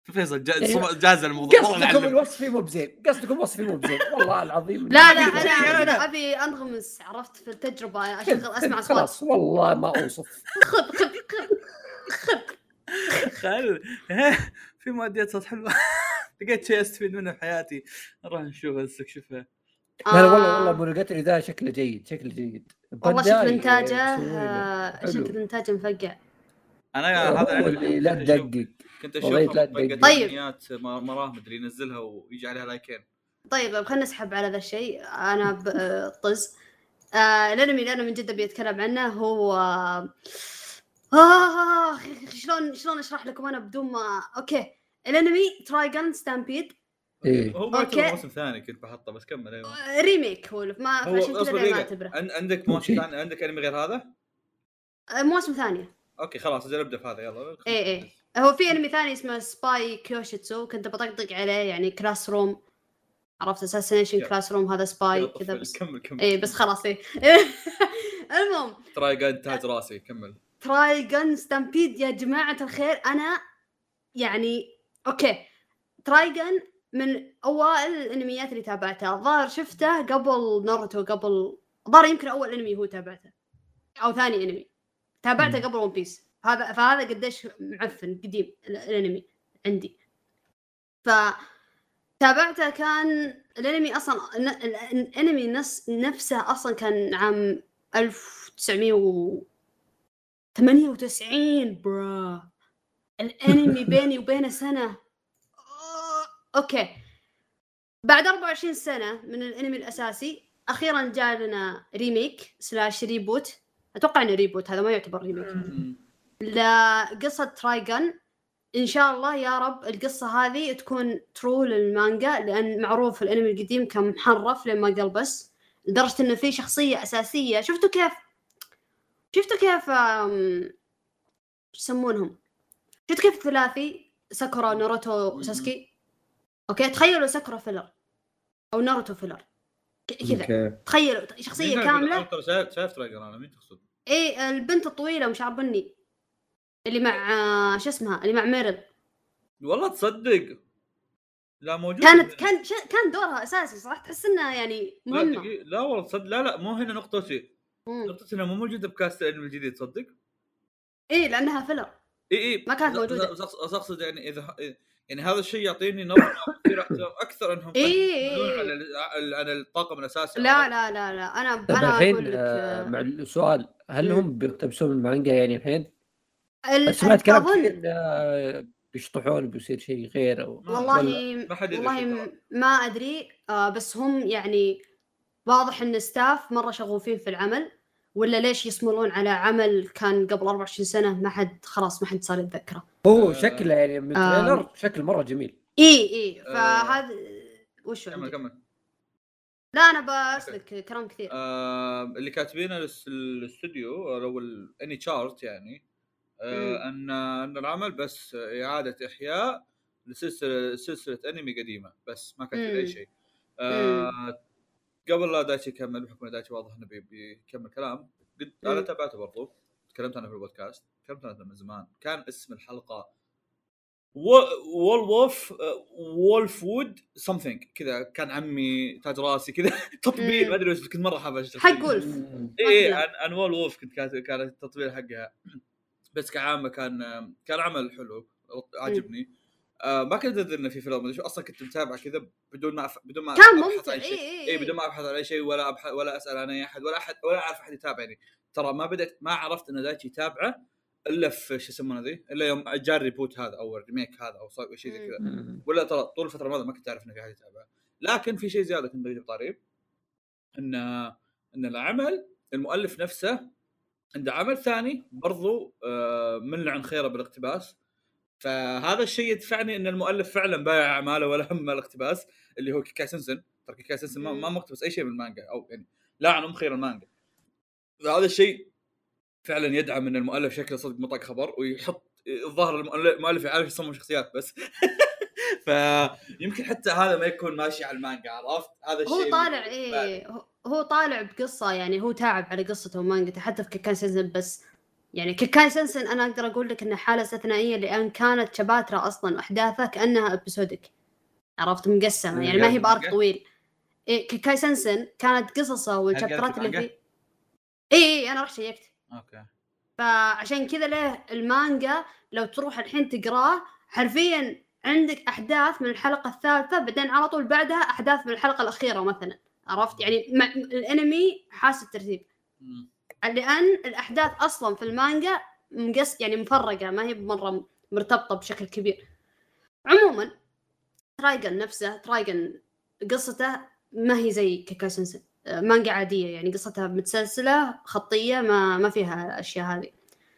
فيصل جاز الموضوع. قصدكم الوصفي مو بزين، قصدكم وصفي مو بزين والله العظيم. لا لا انا ابي انغمس، عرفت في التجربه اشغل اسمع اصوات. خلاص والله ما اوصف. خذ خذ خذ خل في ماديات صوت حلوه لقيت شيء استفيد منه في حياتي، نروح نشوف استكشفها. لا لا والله والله مونوجاتري ذا شكله جيد، شكله جيد والله. شكل انتاجه شكل انتاجه مفقع. انا هذا اللي لا تدقق كنت اشوف طيب مراه مدري ينزلها ويجي عليها لايكين. طيب خلينا نسحب على ذا الشيء. انا بطز آه الانمي اللي انا من جد بيتكلم عنه هو آه شلون شلون اشرح لكم انا بدون ما اوكي. الانمي ترايجن ستامبيد. إيه. هو موسم ثاني كنت بحطه بس كمل. ايوه ريميك هو ما عشان كذا ما اعتبره. عندك موسم ثاني؟ عندك انمي غير هذا؟ موسم ثاني. اوكي خلاص اجل ابدا في هذا يلا. ايه ايه هو في انمي ثاني اسمه سباي كيوشيتسو كنت بطقطق عليه يعني كلاس روم، عرفت اساسينيشن كلاس روم هذا سباي كذا بس كمل كمل. ايه بس خلاص ايه المهم ترايجن تاج راسي كمل. ترايجن ستامبيد يا جماعه الخير. انا يعني اوكي ترايجن من اوائل الانميات اللي تابعتها. ظاهر شفته قبل ناروتو، قبل ظاهر يمكن اول انمي هو تابعته او ثاني انمي تابعته قبل ون بيس. هذا فهذا قديش معفن قديم الانمي عندي. ف تابعته كان الانمي اصلا الانمي نفس نفسه اصلا كان عام ألف وتسعمية وثمانية وتسعين برا. الانمي بيني وبينه سنه. اوكي بعد أربعة وعشرين سنه من الانمي الاساسي اخيرا جاء لنا ريميك سلاش ريبوت. اتوقع انه ريبوت، هذا ما يعتبر ريميك. لقصه ترايجن. ان شاء الله يا رب القصه هذه تكون ترو للمانجا، لان معروف الانمي القديم كان محرف لما قلبس لدرجه انه في شخصيه اساسيه. شفتوا كيف شفتوا كيف ايش يسمونهم شفتوا كيف ثلاثي ساكورا ناروتو ساسكي. اوكي تخيلوا ساكورا فيلر او ناروتو فيلر كذا. تخيلوا شخصيه كامله. شايف شايف ترايجن انا مين تقصد؟ ايه البنت الطويله وشعر بني اللي مع شو اسمها اللي مع ميرل. والله تصدق لا موجود. كانت كان ش... كان دورها اساسي صراحه. تحس انها يعني مهمه. لا, لا والله تصدق لا لا مو هنا نقطتي. نقطتي انها مو موجوده بكاست الانمي الجديد تصدق. ايه لانها فيلر. اي اي ما كانت موجوده. اقصد يعني اذا يعني هذا الشيء يعطيني نظره اكثر انهم إيه على على الطاقم الاساسي. لا لا لا لا انا انا اقول لك آه مع السؤال هل هم بيقتبسون المانجا يعني الحين؟ سمعت كلام كثير بيشطحون بيصير شيء غير أو والله ما والله ما ادري. آه بس هم يعني واضح ان ستاف مره شغوفين في العمل، ولا ليش يصملون على عمل كان قبل أربعة وعشرين سنه ما حد خلاص ما حد صار يتذكره. هو شكله يعني من التريلر آه شكل مره جميل. اي اي فهذا آه وش كمل كمل. لا انا بسلك كلام كثير. آه اللي كاتبينه الاستوديو او الاني تشارت يعني آه ان ان العمل بس اعاده احياء لسلسله سلسله انمي قديمه بس ما كان في اي شيء. آه قبل لا دايتشي يكمل بحكم دايتشي واضح انه بيكمل كلام قد انا تابعته برضو تكلمت عنه في البودكاست. تكلمت عنه من زمان. كان اسم الحلقه وول وولف وولف وود سمثينج كذا. كان عمي تاج راسي كذا تطبيل ما ادري بس كنت مره حابه حق وولف. اي ان وول وولف كنت كانت التطبيل حقها بس كعامه كان كان عمل حلو عجبني. آه ما كنت ادري انه في فيلم شو اصلا كنت متابعه كذا بدون ما أف... بدون ما كان ممتع. اي اي إيه بدون ما ابحث عن اي شيء ولا أبحث ولا اسال عن اي احد ولا احد ولا اعرف احد يتابعني. ترى ما بدأت ما عرفت ان دايتشي يتابعه الا في شو يسمونه ذي الا يوم جاء ريبوت هذا او ريميك هذا او صار شيء زي كذا. ولا ترى طول الفتره الماضيه ما كنت اعرف انه في احد يتابعه. لكن في شيء زياده كنت بجيب طريب ان ان العمل المؤلف نفسه عنده عمل ثاني برضو من لعن خيره بالاقتباس. فهذا الشيء يدفعني ان المؤلف فعلا بايع اعماله ولا هم الاقتباس اللي هو كيكاي سنسن. ترى كيكاي سنسن ما, ما مقتبس اي شيء من المانجا او يعني لا عن ام خير المانجا. فهذا الشيء فعلا يدعم ان المؤلف شكله صدق مطق خبر ويحط الظاهر المؤلف يعرف يصمم شخصيات بس فيمكن حتى هذا ما يكون ماشي على المانجا. عرفت هذا الشيء هو طالع ايه هو طالع بقصه يعني هو تعب على قصته ومانجته حتى في كيكاي سنسن بس يعني كيكاي سنسن انا اقدر اقول لك انها حاله استثنائيه لان كانت شباتره اصلا احداثها كانها ابيسودك، عرفت، مقسمه يعني ما هي بارك طويل. إيه كيكاي سنسن كانت قصصه والشابترات اللي فيه اي اي انا رحت شيكت اوكي. فعشان كذا ليه المانجا لو تروح الحين تقراه حرفيا عندك احداث من الحلقه الثالثه بعدين على طول بعدها احداث من الحلقه الاخيره مثلا، عرفت يعني مع الانمي حاس الترتيب لان الاحداث اصلا في المانجا مقص يعني مفرقه ما هي مره مرتبطه بشكل كبير. عموما ترايجن نفسه ترايجن قصته ما هي زي كيكاي سنسن، مانجا عاديه يعني قصتها متسلسله خطيه ما ما فيها الاشياء هذه.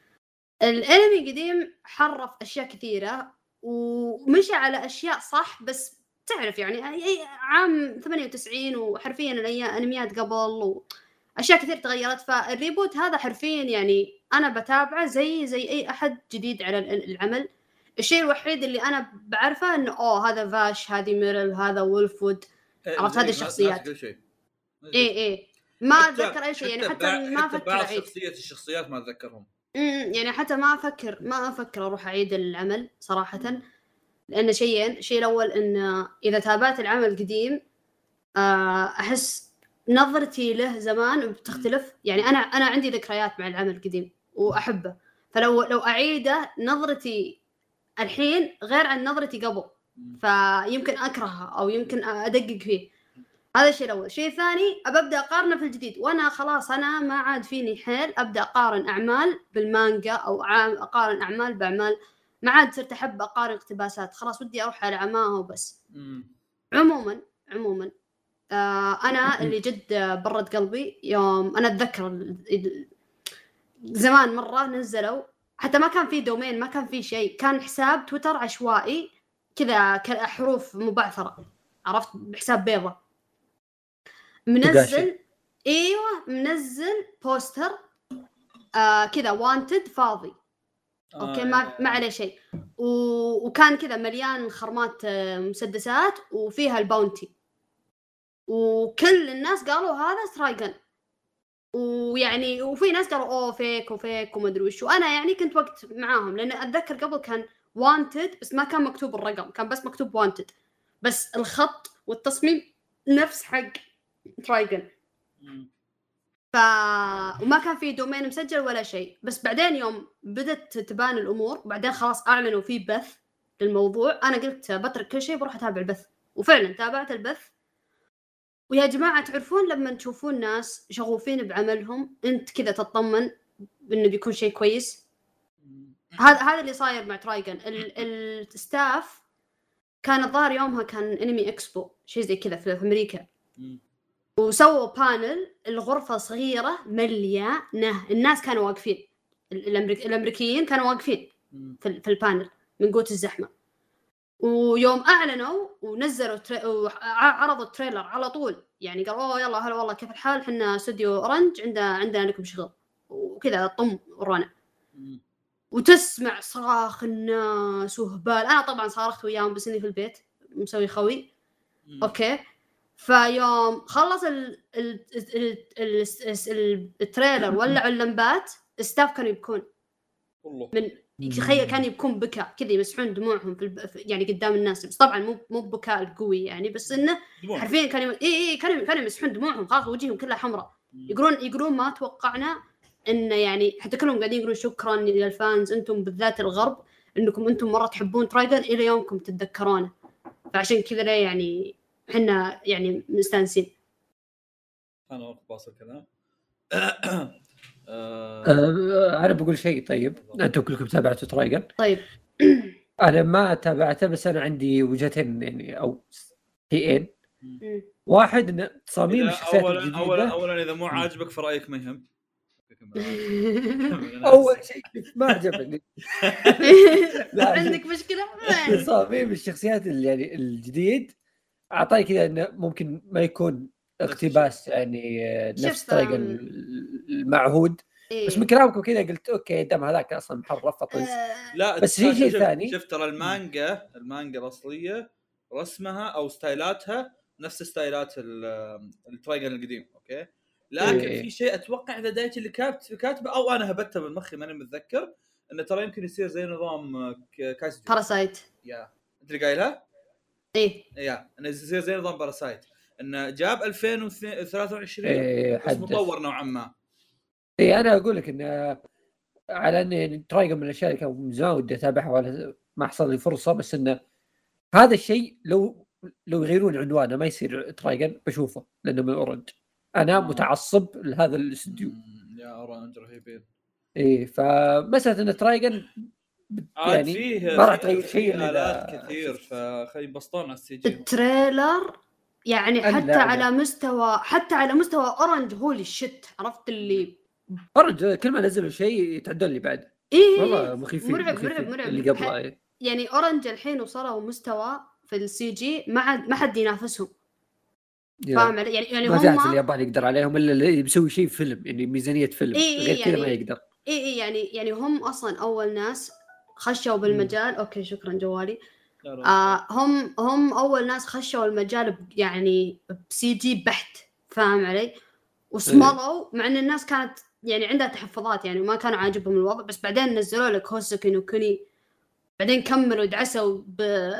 الانمي قديم حرف اشياء كثيره ومشى على اشياء صح بس تعرف يعني اي عام ثمانية وتسعين وحرفيا الايام انميات قبل واشياء كثير تغيرت، فالريبوت هذا حرفيا يعني انا بتابعه زي زي اي احد جديد على العمل. الشيء الوحيد اللي انا بعرفه انه اوه هذا فاش هذه ميرل هذا وولفود، عرفت هذه الشخصيات اي اي ما اتذكر اي شيء يعني حتى ما افكر اعيد شخصيه الشخصيات ما اتذكرهم يعني حتى ما افكر ما افكر اروح اعيد العمل صراحه، لان شيئين. الشيء الاول ان اذا تابعت العمل قديم احس نظرتي له زمان بتختلف، يعني انا انا عندي ذكريات مع العمل القديم واحبه، فلو لو اعيده نظرتي الحين غير عن نظرتي قبل فيمكن اكرهها او يمكن ادقق فيه. هذا الشيء الاول. الشيء الثاني ابدا اقارنه في الجديد وانا خلاص انا ما عاد فيني حيل ابدا اقارن اعمال بالمانجا او اقارن اعمال باعمال، ما عاد صرت احب اقارن اقتباسات، خلاص ودي اروح على عماها وبس. عموما عموما آه انا اللي جد برد قلبي يوم انا اتذكر زمان مره نزلوا حتى ما كان في دومين ما كان في شيء، كان حساب تويتر عشوائي كذا كحروف مبعثره، عرفت، بحساب بيضة منزل ايوه منزل بوستر آه كذا وانتد فاضي آه اوكي ما ما عليه شيء و... وكان كذا مليان خرمات مسدسات وفيها الباونتي وكل الناس قالوا هذا ترايجن، ويعني وفي ناس قالوا اوه فيك وفيك وما ادري وش، وانا يعني كنت وقت معاهم لان اتذكر قبل كان وانتد بس ما كان مكتوب الرقم، كان بس مكتوب وانتد بس الخط والتصميم نفس حق ترايجن ف وما كان في دومين مسجل ولا شيء. بس بعدين يوم بدت تبان الامور وبعدين خلاص اعلنوا في بث للموضوع انا قلت بترك كل شيء بروح اتابع البث، وفعلا تابعت البث. ويا جماعه تعرفون لما تشوفون ناس شغوفين بعملهم انت كذا تطمن انه بيكون شيء كويس. هذا هذا اللي صاير مع ترايجن. الستاف كان الظاهر يومها كان انمي اكسبو شيء زي كذا في امريكا وسووا بانل، الغرفة صغيرة مليانة الناس كانوا واقفين، الأمريك... الأمريكيين كانوا واقفين في, في البانل من قوة الزحمة. ويوم أعلنوا ونزلوا تري... وعرضوا التريلر على طول يعني قالوا أوه يلا هلا والله كيف الحال حنا استوديو أورنج عندنا عندنا لكم شغل وكذا طم ورانا. وتسمع صراخ الناس وهبال، أنا طبعا صارخت وياهم بس إني في البيت مسوي خوي أوكي. فيوم خلص ال ال ال ال التريلر ولعوا اللمبات الستاف كانوا يبكون والله من تخيل كانوا يبكون بكاء كذا يمسحون دموعهم في الب... يعني قدام الناس، بس طبعا مو مو بكاء القوي يعني بس انه حرفيا كانوا اي اي كانوا كانوا يمسحون دموعهم خلاص وجههم كلها حمراء يقولون يقولون ما توقعنا انه يعني حتى كلهم قاعدين يقولون شكرا للفانز انتم بالذات الغرب انكم انتم مره تحبون ترايجن الى يومكم تتذكرونه، فعشان كذا لا يعني احنا يعني مستانسين. انا وقت باصل كلام أه انا بقول شيء. طيب انتم كلكم تابعتوا ترايجن؟ طيب انا ما تابعته بس انا عندي وجهتين يعني او شيئين. واحد ان تصاميم الشخصيات الجديده اولا اولا اذا مو عاجبك فرايك ما يهم. اول شيء ما عجبني عندك مشكله تصاميم الشخصيات يعني الجديد اعطاني كذا انه ممكن ما يكون اقتباس يعني نفس طريقه المعهود إيه. بس من كلامكم كذا قلت اوكي دام هذاك اصلا محرف فطز آه لا بس في شيء ثاني. شفت ترى المانجا المانجا الاصليه رسمها او ستايلاتها نفس ستايلات الترايجن القديم اوكي، لكن إيه. في شيء اتوقع اذا دايتشي اللي كاتب كاتبه او انا هبتها بالمخي ماني متذكر انه ترى يمكن يصير زي نظام كايسجو باراسايت. يا انت اللي قايلها ايه يا انه يصير زي نظام باراسايت انه جاب ألفين وثلاثة وعشرين إيه بس مطور نوعا ما. اي انا اقول لك ان على ان ترايجن من الاشياء اللي كان من زمان ودي اتابعها ولا ما حصل لي فرصه، بس انه هذا الشيء لو لو يغيرون عنوانه ما يصير ترايجن بشوفه لانه من اورنج. انا آه. متعصب لهذا الاستوديو يا اورنج رهيبين. ايه فمساله ان ترايجن يعني فيه ما راح تغير شيء آلات كثير فخلي يبسطون على السي جي. التريلر يعني حتى على مستوى حتى على مستوى اورنج هولي شيت، عرفت اللي اورنج كل ما نزلوا شيء يتعدل لي بعد. إيه والله مخيفين مرعب مرعب مرعب اللي قبله. إيه. يعني اورنج الحين وصلوا مستوى في السي جي ما ما حد ينافسهم. فاهم علي؟ يعني يعني ما هم اليابان يقدر عليهم الا اللي بيسوي شيء فيلم، يعني ميزانيه فيلم. إيه غير يعني كذا ما يقدر. اي اي يعني يعني هم اصلا اول ناس خشوا بالمجال. م. اوكي شكرا جوالي. آه هم هم اول ناس خشوا المجال يعني بسي جي بحت، فاهم علي؟ وصملوا مع ان الناس كانت يعني عندها تحفظات يعني ما كانوا عاجبهم الوضع، بس بعدين نزلوا لك هوسوكي نو كوني، بعدين كملوا ودعسوا ب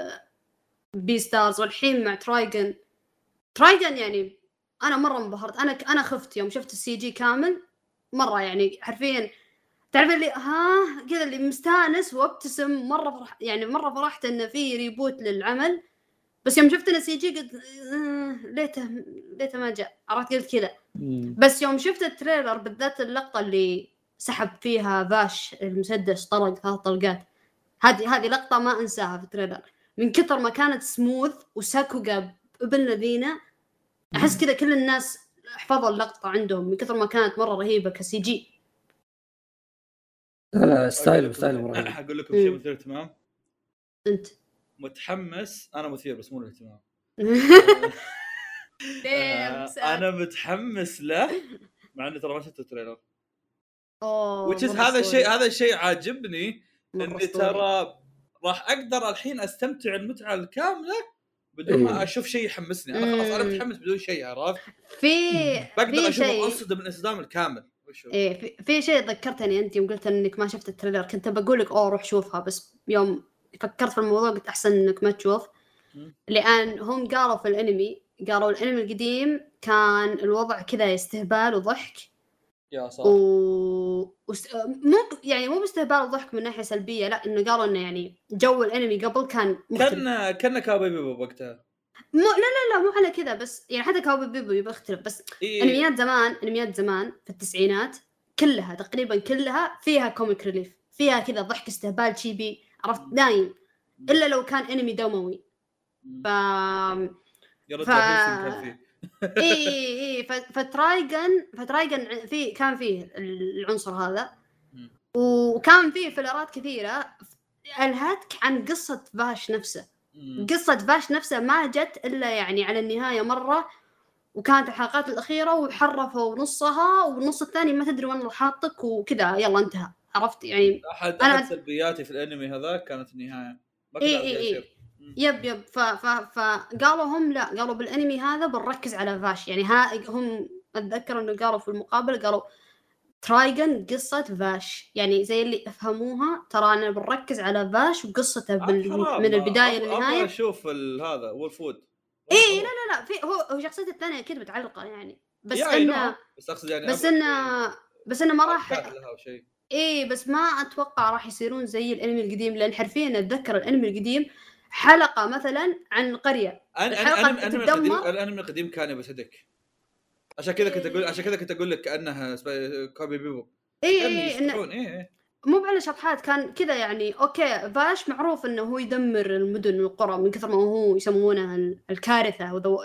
بي ستارز، والحين مع ترايجن. ترايجن يعني انا مره انبهرت. انا انا خفت يوم شفت السي جي كامل مره، يعني حرفيا تعرف اللي ها كذا اللي مستانس وابتسم مره فرح، يعني مره فرحت انه في ريبوت للعمل. بس يوم شفت السي جي قلت آه ليته ليته ما جاء، عرفت قلت كذا. بس يوم شفت التريلر بالذات اللقطه اللي سحب فيها باش المسدس طلق ثلاث طلقات، هذه هذه لقطه ما انساها في التريلر من كثر ما كانت سموث وساكوغا ابن الذين. احس كذا كل الناس حفظوا اللقطه عندهم من كثر ما كانت مره رهيبه كسي جي. لا ستايل ستايل رهيب. اقول لكم شيء مثير اهتمام. انت متحمس؟ انا مثير بس مو الاهتمام. آه انا متحمس له مع اني ترى ما شفت التريلر. اوه وتش هذا الشيء هذا الشيء عاجبني اني ترى راح اقدر الحين استمتع المتعه الكامله بدون ما اشوف شيء يحمسني. انا خلاص انا متحمس بدون شيء، عرفت؟ في بقدر اشوف انصدم الانصدام الكامل. ايه في, في شيء ذكرتني انت يوم قلت انك ما شفت التريلر، كنت بقول لك اوه روح شوفها، بس يوم فكرت في الموضوع قلت احسن انك ما تشوف، لان هم قالوا في الانمي قالوا الانمي القديم كان الوضع كذا استهبال وضحك. يا صح. و... وست... مو يعني مو باستهبال وضحك من ناحيه سلبيه، لا انه قالوا انه يعني جو الانمي قبل كان مختلف. كان كان كاوبوي بيبو وقتها. مو لا لا لا مو على كذا، بس يعني حتى كاوبوي بيبو يبغى يختلف، بس إيه. انميات زمان انميات زمان في التسعينات كلها تقريبا كلها فيها كوميك ريليف، فيها كذا ضحك استهبال شيبي، عرفت؟ دايم الا لو كان انمي دموي. ف يا رجال ف... فيه اي اي فترايجن فترايجن في كان فيه العنصر هذا، وكان فيه فلرات كثيره الهتك عن قصه باش نفسه. قصه باش نفسه ما جت الا يعني على النهايه مره، وكانت الحلقات الاخيره وحرفوا نصها والنص الثاني ما تدري وين حاطك وكذا يلا انتهى، عرفت يعني؟ احد انا احد سلبياتي في الانمي هذا كانت النهايه ما كان إيه إيه يب يب ف ف فقالوا هم لا قالوا بالانمي هذا بنركز على فاش، يعني ها هم اتذكر انه قالوا في المقابله قالوا ترايجن قصه فاش، يعني زي اللي افهموها ترى انا بنركز على فاش وقصته بال... من البدايه للنهايه. اشوف هذا وولفود ايه لا لا لا في هو هو شخصيته الثانيه اكيد متعلقه يعني، بس يعني انه بس اقصد يعني بس انه بس انه ما راح لها شيء. ايه بس ما اتوقع راح يصيرون زي الانمي القديم، لان حرفيا اتذكر الانمي القديم حلقه مثلا عن القريه الحلقه تتدمر. الانمي القديم كان بسدك عشان كذا كنت اقول عشان كذا كنت اقول لك كانها كوبي بيبو. ايه إيه, إيه مو على شطحات كان كذا يعني. اوكي باش معروف انه هو يدمر المدن والقرى من كثر ما هو يسمونه الكارثه وذو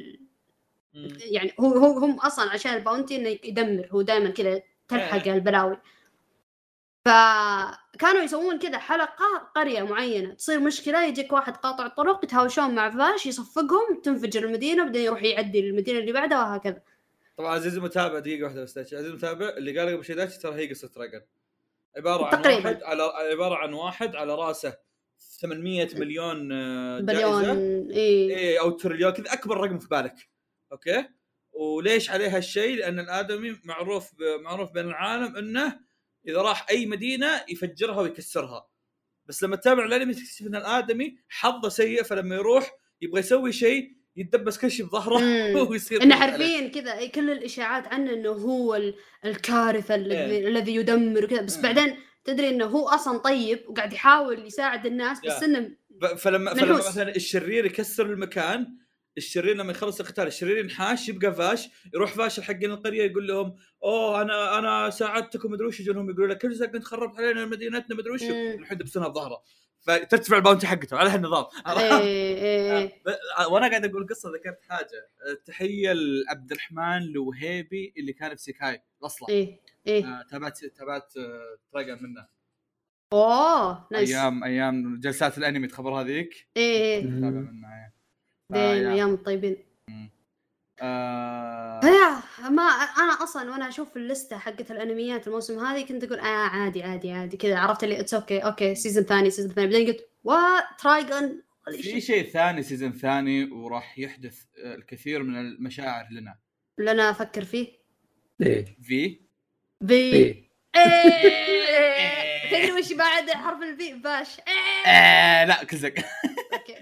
يعني هو هو هم اصلا عشان الباونتي انه يدمر، هو دائما كذا تلحق البلاوي. فكانوا يسوون كذا حلقة قرية معينة تصير مشكلة يجيك واحد قاطع الطرق يتهاوشون مع فاش يصفقهم تنفجر المدينة بعدين يروح يعدي المدينة اللي بعدها وهكذا. طبعا عزيزي المتابع دقيقة واحدة بس عزيزي المتابع اللي قال قبل شيء داتش ترى هي قصة تراجن عبارة عن تقريباً. واحد على عبارة عن واحد على راسه ثمانمية مليون بليون إيه. إيه أو تريليون كذا أكبر رقم في بالك. أوكي وليش عليها الشيء؟ لان الادمي معروف معروف بين العالم انه اذا راح اي مدينه يفجرها ويكسرها، بس لما تتابع الانمي تكتشف ان الادمي حظه سيء، فلما يروح يبغى يسوي شيء يتدبس كل شيء بظهره ويصير انه حرفيا كذا كل الاشاعات عنه انه هو الكارثه إيه. الذي يدمر وكذا، بس إيه. بعدين تدري انه هو اصلا طيب وقاعد يحاول يساعد الناس، بس انه فلما فلما مثلا الشرير يكسر المكان، الشرير لما يخلص القتال الشرير ينحاش يبقى فاش، يروح فاش حقين القريه يقول لهم اوه انا انا ساعدتكم مدري وش، يجونهم يقولوا لك كل زق انت خربت علينا مدينتنا مدري وش، الحين دبسنا بظهره فترتفع الباونتي حقته على هالنظام. إيه. وانا قاعد اقول قصه ذكرت حاجه، تحيه لعبد الرحمن الوهيبي اللي كان في سيكاي اصلا. ايه ايه آه، تابعت تابعت تراجع منه. اوه نايس. ايام ايام جلسات الانمي تخبر هذيك. ايه تابع منها دين ايام الطيبين. آه... يا ما انا اصلا وانا اشوف اللسته حقت الانميات الموسم هذه كنت اقول اه عادي عادي عادي كذا، عرفت اللي اتس اوكي اوكي سيزون ثاني سيزون ثاني، بعدين قلت وات ترايجون في شيء ثاني سيزون ثاني وراح يحدث الكثير من المشاعر لنا لنا افكر فيه. ايه في في ايه تدري وش بعد حرف الفي؟ باش آه لا كزق. اوكي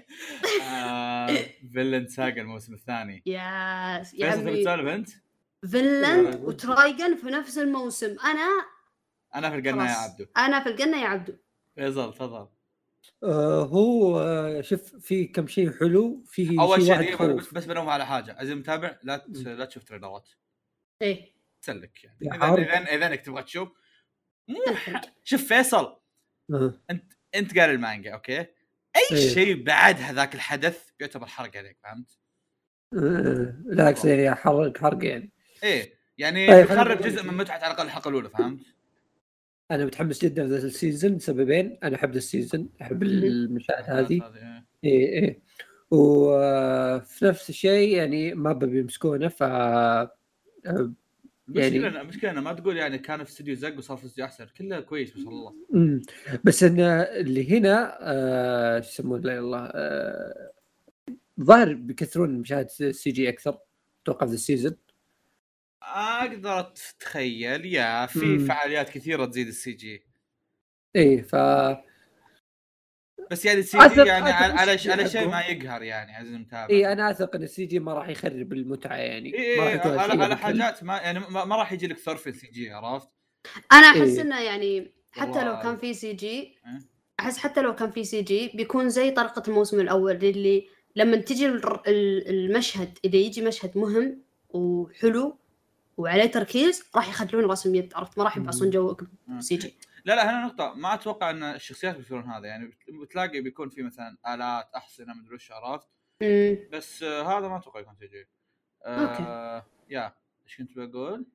فيلن ساغا الموسم الثاني. ياس يا عمي فيلن وترايجن في نفس الموسم. انا انا في الجنة يا عبدو انا في الجنة يا عبدو. فيصل تفضل. آه هو آه شوف في كم شيء حلو في اول شيء شيء واحد بس بس بنوه على حاجه عزيزي المتابع، لا ت... لا تشوف تريلرات ايه تسلك يعني اذا اذا اذا انك تبغى تشوف مو شوف فيصل أه. انت انت قاري المانجا اوكي، اي إيه. شيء بعد هذاك الحدث يعتبر حرق عليك فهمت؟ أه. لا اقصد يا حرق حرق يعني ايه يعني طيب تخرب جزء من متعه على الاقل الحلقه الاولى فهمت؟ انا متحمس جدا لهذا السيزون سببين، انا احب السيزون احب المشاهد هذه ايه ايه وفي نفس الشيء يعني ما بيمسكونه ف يعني مشكلة مشكلة ما تقول يعني كان في استوديو زق وصار في استوديو احسن، كله كويس ما شاء الله. امم بس ان اللي هنا آه شو يسمونه الله آه ظاهر بيكثرون مشاهد سي جي اكثر اتوقع في السيزون. اقدر اتخيل يا في مم. فعاليات كثيرة تزيد السي جي. ايه ف بس يعني السي جي يعني على على شيء ما يقهر يعني عزيزي المتابع. اي انا اثق ان السي جي ما راح يخرب المتعه يعني إيه ما راح يكون على, على حاجات ما يعني ما, ما راح يجي لك ثور في السي جي عرفت. انا احس إيه؟ انه يعني حتى لو كان في سي جي احس حتى لو كان في سي جي بيكون زي طريقه الموسم الاول اللي لما تجي المشهد اذا يجي مشهد مهم وحلو وعليه تركيز راح يخلون رسم يد، عرفت؟ ما راح يبعصون جو سي جي. لا لا هنا نقطة ما أتوقع أن الشخصيات بيصيرون هذا يعني بتلاقي بيكون في مثلا آلات أحسنة مدري وش عرفت. بس آه هذا ما أتوقع يكون سي جي. آه يا إيش كنت بقول؟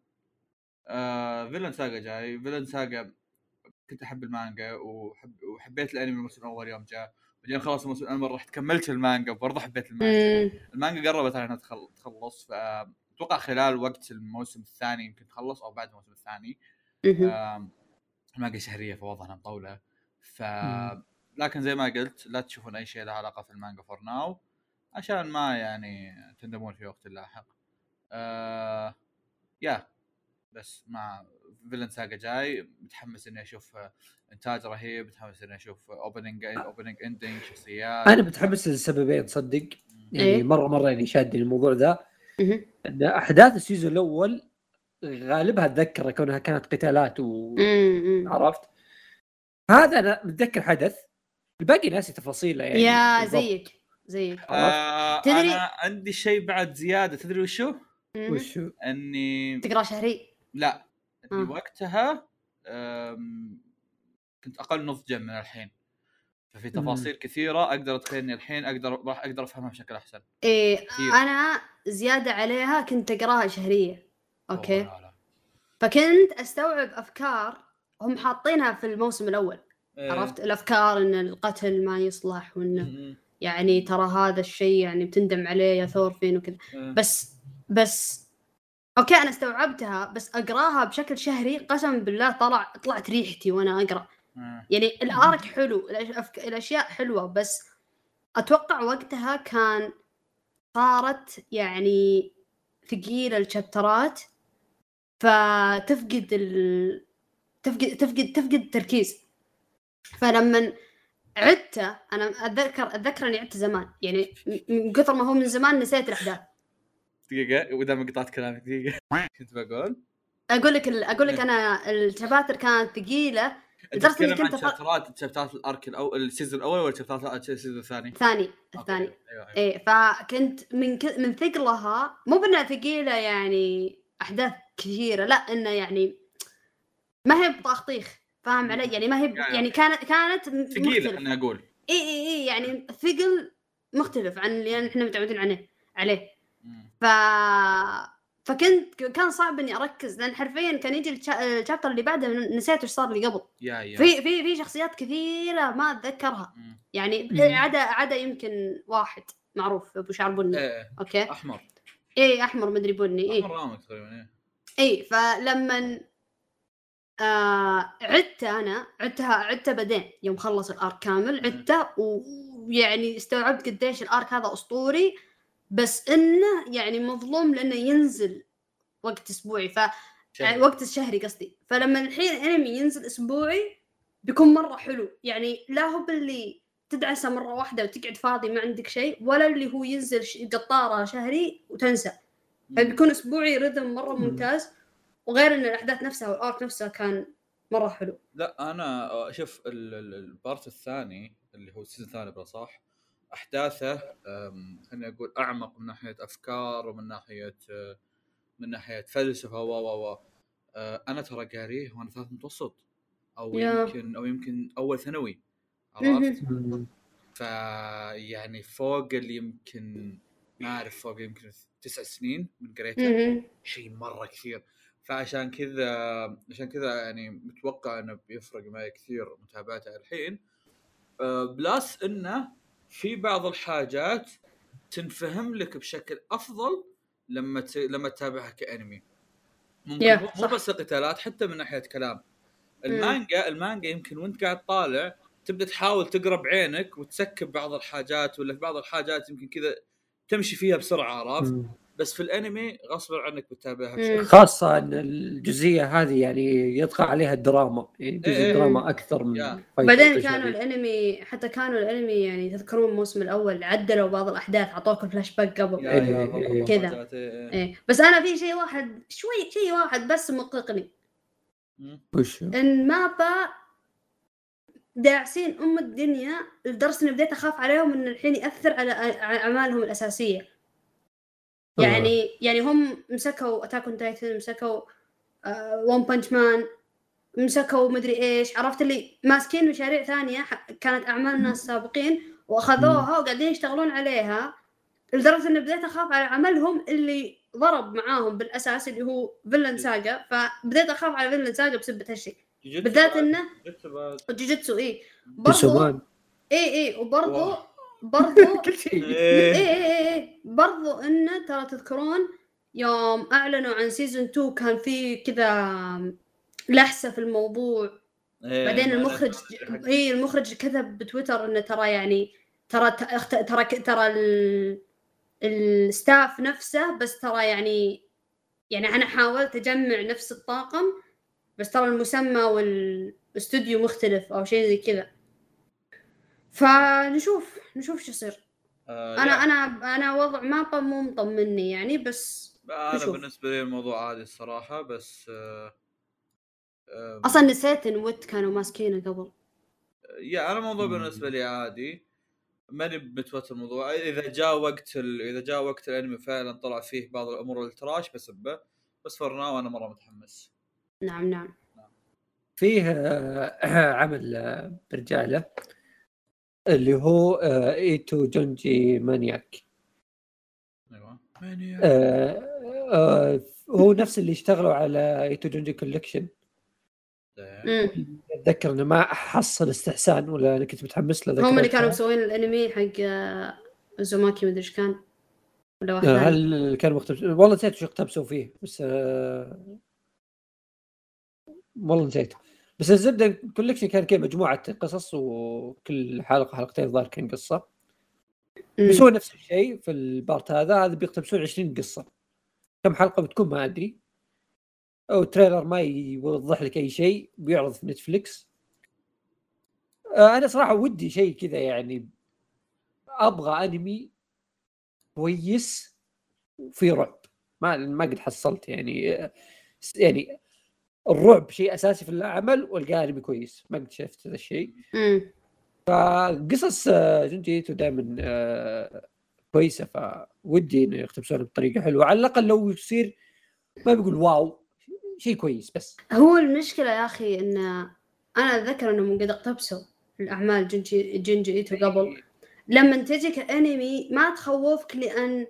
آه فيلن ساغا جاي. فيلن ساغا كنت أحب المانجا وحب وحبيت الأنمي الموسم الأول يوم جاء، بعدين خلاص الموسم الأول رحت كملت المانجا وبرضه حبيت المانجا. المانجا قربت على أنها تخلص فأتوقع خلال وقت الموسم الثاني يمكن تخلص أو بعد الموسم الثاني. آه المانجا شهريه فوضعنا مطوله ف مم. لكن زي ما قلت لا تشوفون اي شيء له علاقه في المانجا فور ناو عشان ما يعني تندمون في وقت لاحق. آه... يا بس مع فيلن ساغا جاي متحمس اني اشوف انتاج رهيب، متحمس اني اشوف اوبننج اوبننج اندنج شخصيات. انا متحمس لسببين تصدق يعني إيه؟ مره مره يعني شادني الموضوع ذا ان احداث السيزون الاول غالبها اتذكر كونها كانت قتالات وعرفت هذا انا متذكر حدث الباقي ناسي تفاصيله يعني يا زيك زيك آه تدري انا عندي شيء بعد زياده تدري وشو وشو اني تقرا شهري لا اني آه. وقتها كنت اقل نضجا من الحين ففي تفاصيل مم. كثيره اقدر اتخيل اني الحين اقدر راح اقدر افهمها بشكل احسن. إيه انا زياده عليها كنت اقراها شهريه اوكي لا لا. فكنت استوعب افكار هم حاطينها في الموسم الاول إيه. عرفت الافكار ان القتل ما يصلح وانه م-م. يعني ترى هذا الشيء يعني بتندم عليه يا ثورفين وكذا إيه. بس بس اوكي انا استوعبتها بس اقراها بشكل شهري قسم بالله طلع طلعت ريحتي وانا اقرا إيه. يعني الارك حلو الاشياء حلوه بس اتوقع وقتها كان صارت يعني ثقيله الشابترات فتفقد ال... تفقد تفقد تفقد التركيز. فلما عدته انا اتذكر اتذكر اني عدت زمان يعني من كثر ما هو من زمان نسيت الاحداث. دقيقه واذا ما قطعت كلامك دقيقه كنت بقول اقول لك اقول لك انا الشباتر كانت ثقيله لدرجه اني كنت شابترات شابترات الارك الاول السيزون الاول ولا شابترات السيزون الثاني الثاني الثاني أيوة أيوة. ايه فكنت من ك... من ثقلها مو بانها ثقيله يعني احداث كثيره لا انه يعني ما هي بطاخطيخ فاهم علي يعني ما هي ب... يعني كانت كانت ثقيله انا اقول اي اي اي يعني ثقل مختلف عن اللي احنا متعودين عليه عليه ف فكنت كان صعب اني اركز لان حرفيا كان يجي الشابتر اللي بعده نسيت ايش صار لي قبل يا يا. في في في شخصيات كثيره ما اتذكرها مم. يعني عدا عدا يمكن واحد معروف ابو شعر بني ايه. اوكي احمر ايه احمر مدري بني ايه احمر رامك تقريبا ايه ايه فلما آه عدت انا عدتها عدت بعدين يوم خلص الارك كامل عدته ويعني استوعبت قديش الارك هذا اسطوري بس انه يعني مظلوم لانه ينزل وقت اسبوعي ف شهري. وقت الشهري قصدي فلما الحين انمي ينزل اسبوعي بيكون مره حلو يعني لا هو باللي تدعسه مره واحده وتقعد فاضي ما عندك شيء ولا اللي هو ينزل قطاره شهري وتنسى فبيكون اسبوعي رذم مره ممتاز وغير ان الاحداث نفسها والارك نفسها كان مره حلو. لا انا اشوف البارت الثاني اللي هو السيزون الثاني بصح احداثه خليني اقول اعمق من ناحيه افكار ومن ناحيه من ناحيه فلسفه و و و انا ترى قاريه وانا ثالث متوسط او يمكن او يمكن اول ثانوي عرفت فيعني فوق اللي يمكن ما اعرف فوق يمكن تسع سنين من قريته شيء مره كثير فعشان كذا عشان كذا يعني متوقع انه بيفرق معي كثير متابعته الحين بلاس انه في بعض الحاجات تنفهم لك بشكل افضل لما ت... لما تتابعها كانمي ممكن مو بس القتالات حتى من ناحيه كلام المانجا المانجا يمكن وانت قاعد طالع تبدا تحاول تقرا بعينك وتسكب بعض الحاجات ولا في بعض الحاجات يمكن كذا تمشي فيها بسرعه عرفت بس في الانمي غصب عنك بتتابعها خاصه ان الجزئيه هذه يعني يطغى عليها الدراما يعني جزء إيه الدراما اكثر من بعدين كانوا الانمي حتى كانوا الانمي يعني تذكرون الموسم الاول عدلوا بعض الاحداث عطوك الفلاش باك قبل إيه كذا إيه. بس انا في شيء واحد شوي شيء واحد بس مقلقني وش ان مابا داعسين ام الدنيا لدرجه اني بديت اخاف عليهم ان الحين ياثر على اعمالهم الاساسيه يعني آه. يعني هم مسكوا أتاك أون تايتن مسكوا آه ون بانش مان مسكوا مدري إيش عرفت اللي ماسكين مشاريع ثانية كانت أعمال ناس سابقين وأخذوها وقاعدين يشتغلون عليها لدرجة إن بديت أخاف على عملهم اللي ضرب معاهم بالأساس اللي هو فيلن ساغا فبديت أخاف على فيلن ساغا بسبب هالشيء بالذات إنه جوجيتسو إيه برضو إيه إيه وبرضو برضو كل شيء إيه إيه إيه برضو إنه ترى تذكرون يوم أعلنوا عن سيزون اثنين كان في كذا لحسة في الموضوع إيه بعدين المخرج إيه المخرج كتب بتويتر إنه ترى يعني ترى ترى ترى ال الستاف نفسه بس ترى يعني يعني أنا حاولت أجمع نفس الطاقم بس ترى المسمى والاستوديو مختلف أو شيء زي كذا فنشوف نشوف شو يصير آه انا يعني. انا انا وضع مابا مو مطمني يعني بس انا نشوف. بالنسبه لي الموضوع عادي الصراحه بس آه آه اصلا نسيت ان ويت كانوا ماسكينه قبل يا انا الموضوع بالنسبه لي عادي ماني متوتر الموضوع اذا جاء وقت ال... اذا جاء وقت الانمي فعلا طلع فيه بعض الامور التراش بسبه بس فرنا وانا مره متحمس. نعم نعم فيه عمل برجاله اللي هو ايتو جونجي مانياك. ايوه مانياك آه آه هو نفس اللي اشتغلوا على ايتو جونجي كولكشن. اتذكر انه ما حصل استحسان ولا انا كنت متحمس له. هم اللي كانوا مسوين الانمي حق زوماكي مدري ايش كان ولا واحد ثاني. هل كان مختلف؟ والله نسيت شو اقتبسوا فيه بس آه والله نسيت. بس الزبده كولكشن كان كذا مجموعه قصص وكل حلقه حلقتين ظهر كان قصه. بيسوون نفس الشيء في البارت هذا هذا بيقتبسون عشرين قصه كم حلقه بتكون ما ادري، او تريلر ما يوضح لك اي شيء، بيعرض في نتفليكس. آه انا صراحه ودي شيء كذا يعني، ابغى انمي كويس وفي رعب. ما ما قد حصلت يعني، يعني الرعب شيء اساسي في العمل، والقى انمي كويس ما قد شفت هذا الشيء. فقصص جنجي دائما كويسه، فودي انه يقتبسونها بطريقه حلوه على الاقل. لو يصير ما بيقول واو، شيء كويس بس. هو المشكله يا اخي ان انا اتذكر انهم قد اقتبسوا الاعمال جنجي جنجي ايتو قبل. لما تجيك انمي ما تخوفك لان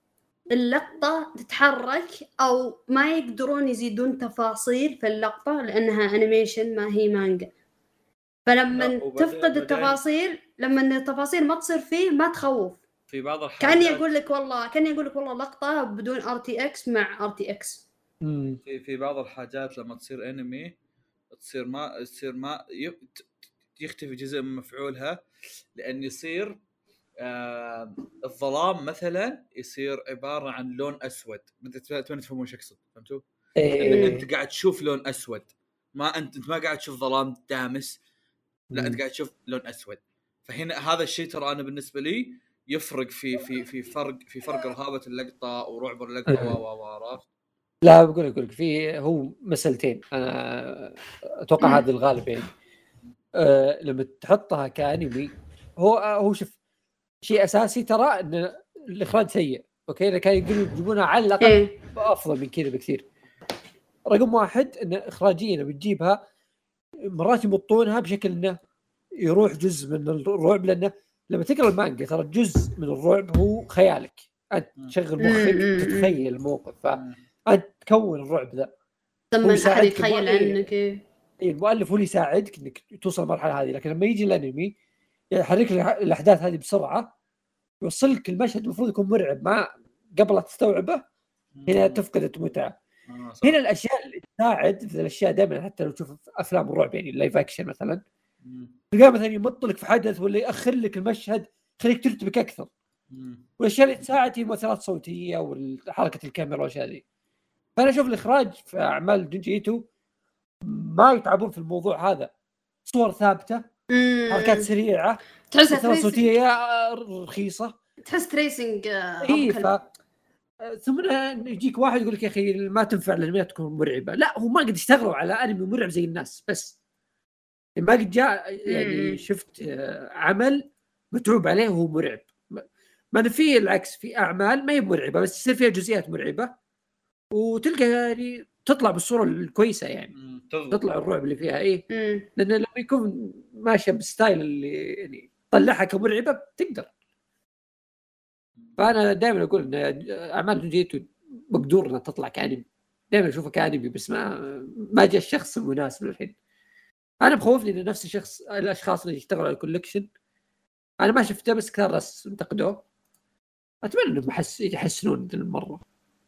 اللقطه تتحرك او ما يقدرون يزيدون تفاصيل في اللقطه لانها انيميشن ما هي مانجا. فلما تفقد التفاصيل، لما التفاصيل ما تصير فيه ما تخوف. في بعض الحالات كان يقول لك والله كان يقول لك والله لقطه بدون ار تي اكس مع ار تي اكس. في في بعض الحاجات لما تصير انمي تصير ما تصير ما يختفي جزء من مفعولها، لان يصير آه الظلام مثلا يصير عباره عن لون اسود. انت تفهمون ايش اقصد؟ فهمتوا؟ إيه. انت قاعد تشوف لون اسود، ما انت انت ما قاعد تشوف ظلام دامس، لا انت قاعد تشوف لون اسود. فهنا هذا الشيء ترى انا بالنسبه لي يفرق في في في فرق في فرق رهابه اللقطه ورعب اللقطه و عرفت. لا بقول لك في هو مسألتين انا اتوقع هذا الغالب يعني. أه لما تحطها كانمي، هو هو شوف شيء اساسي ترى ان الاخراج سيء، اوكي اذا كان يقدروا يجيبونها على الاقل إيه. افضل من كذا بكثير. رقم واحد ان اخراجيا بتجيبها مرات يمطونها بشكل انه يروح جزء من الرعب، لانه لما تقرا المانجا ترى جزء من الرعب هو خيالك، انت تشغل مخك تتخيل الموقف، فانت تكون الرعب ذا. لما احد يتخيل عنك اي المؤلف هو اللي يساعدك انك توصل المرحله هذه. لكن لما يجي الانمي يحرك الاحداث هذه بسرعه، يوصلك المشهد المفروض يكون مرعب ما قبل لا تستوعبه، هنا تفقد المتعه. هنا الاشياء اللي تساعد في الاشياء دائما، حتى لو تشوف افلام الرعب يعني اللايف اكشن مثلا، تلقى مثلا يمط لك في حدث ولا ياخر لك المشهد خليك ترتبك اكثر. والاشياء اللي تساعد هي المؤثرات الصوتيه وحركه الكاميرا والاشياء ذي. فانا اشوف الاخراج في اعمال جنجي ايتو ما يتعبون في الموضوع هذا، صور ثابته، حركات سريعه، تحس صوتيه رخيصه، تحس تريسنج. اي ف ثم يجيك واحد يقول لك يا اخي ما تنفع الانميات تكون مرعبه. لا هو ما قد اشتغلوا على انمي مرعب زي الناس، بس ما قد جاء يعني شفت عمل متعوب عليه وهو مرعب. ما في العكس، في اعمال ما هي مرعبه بس يصير فيها جزئيات مرعبه وتلقى يعني تطلع بالصوره الكويسه يعني تطلع الرعب اللي فيها. ايه لان لما يكون ماشي بالستايل اللي يعني طلعها كمرعبه تقدر. فانا دائما اقول ان اعمال جيتو مقدور انها تطلع كانمي، دائما اشوفها كانمي بس ما ما جاء الشخص المناسب الحين. انا مخوفني ان نفس الشخص الاشخاص اللي يشتغلوا على الكولكشن انا ما شفته بس كثار ناس انتقدوه، اتمنى انهم يحس يحسنون المره.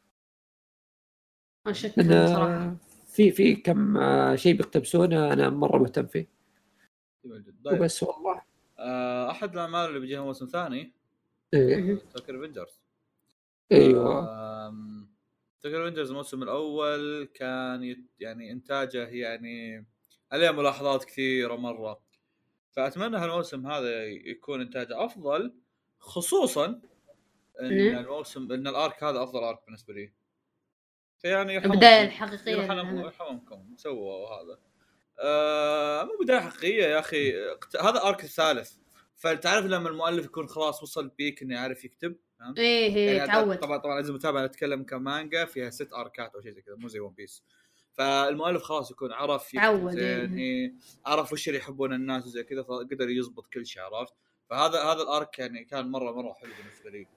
شكرا صراحه في في كم شيء بيقتبسونه انا مره مهتم فيه وبس والله. احد الاعمال اللي بيجيها موسم ثاني توكر فينجرز. ايوه توكر فينجرز الموسم الاول كان يعني انتاجه يعني عليه ملاحظات كثيره مره، فاتمنى هالموسم هذا يكون انتاجه افضل، خصوصا ان الموسم ان الارك هذا افضل ارك بالنسبه لي. فيعني البدايه الحقيقيه يرحمكم سووا هذا آه مو بدايه حقيقيه يا اخي، هذا ارك الثالث. فتعرف لما المؤلف يكون خلاص وصل بيك انه يعرف يكتب، فهمت؟ ايه ايه يعني تعود. طبعا طبعا لازم متابعه نتكلم كمانجا فيها ست اركات او شيء زي كذا، مو زي ون بيس. فالمؤلف خلاص يكون عرف يكتب زين، إيه عرف وش اللي يحبون الناس وزي كذا، فقدر يزبط كل شيء، عرفت؟ فهذا هذا الارك يعني كان مره مره حلو بالنسبه لي.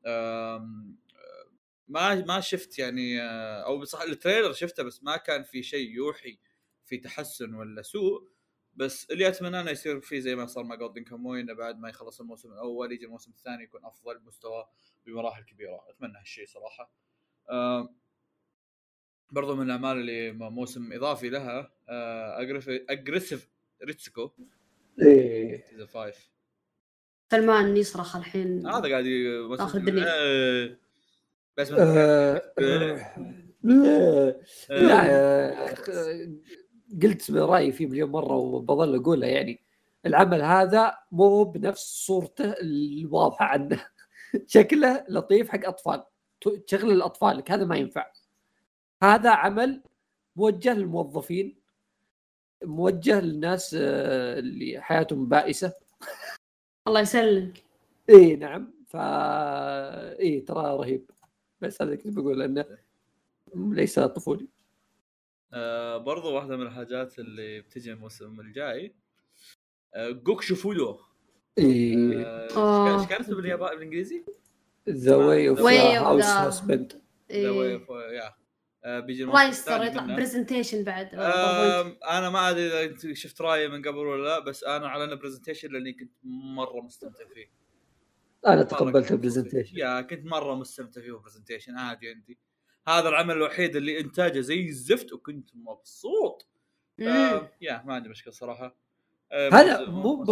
ما ما شفت يعني او بصح التريلر شفته بس ما كان في شيء يوحي في تحسن ولا سوء، بس اللي اتمنى انه يصير فيه زي ما صار مع جولدن كاموي، انه بعد ما يخلص الموسم الاول يجي الموسم الثاني يكون افضل مستوى بمراحل كبيره. اتمنى هالشيء صراحه. أه برضو من الاعمال اللي موسم اضافي لها اجريسيف ريتسكو ايه سيزون خمسة. سلمان يصرخ الحين هذا قاعد اخر الدنيا. بس آه لا, لا قلت رأيي فيه مليون مرة وبظل أقوله. يعني العمل هذا مو بنفس صورته الواضحة عنه. شكله لطيف حق أطفال، شغل الأطفال هذا ما ينفع. هذا عمل موجه للموظفين، موجه للناس اللي حياتهم بائسة. الله يسلمك. إيه نعم. فا إيه ترى رهيب. بس هذا كنت بقول أنه ليس طفولي. آه برضو واحدة من الحاجات اللي بتجي الموسم الجاي آه جوكشو فودو. إيه آه ايش كانت بالياباني بالانجليزي؟ The way of the house husband. The way of yeah. آه بيجي رايس ترى يطلع برزنتيشن بعد. آه انا ما ادري اذا انت شفت رايي من قبل ولا لا، بس انا اعلن برزنتيشن لاني كنت مره مستمتع فيه. انا تقبلت البرزنتيشن، يا كنت مره مستمتع فيه برزنتيشن عادي عندي. هذا العمل الوحيد اللي انتاجه زي الزفت وكنت مبسوط. آه يا ما عندي مشكله صراحه. آه هذا مو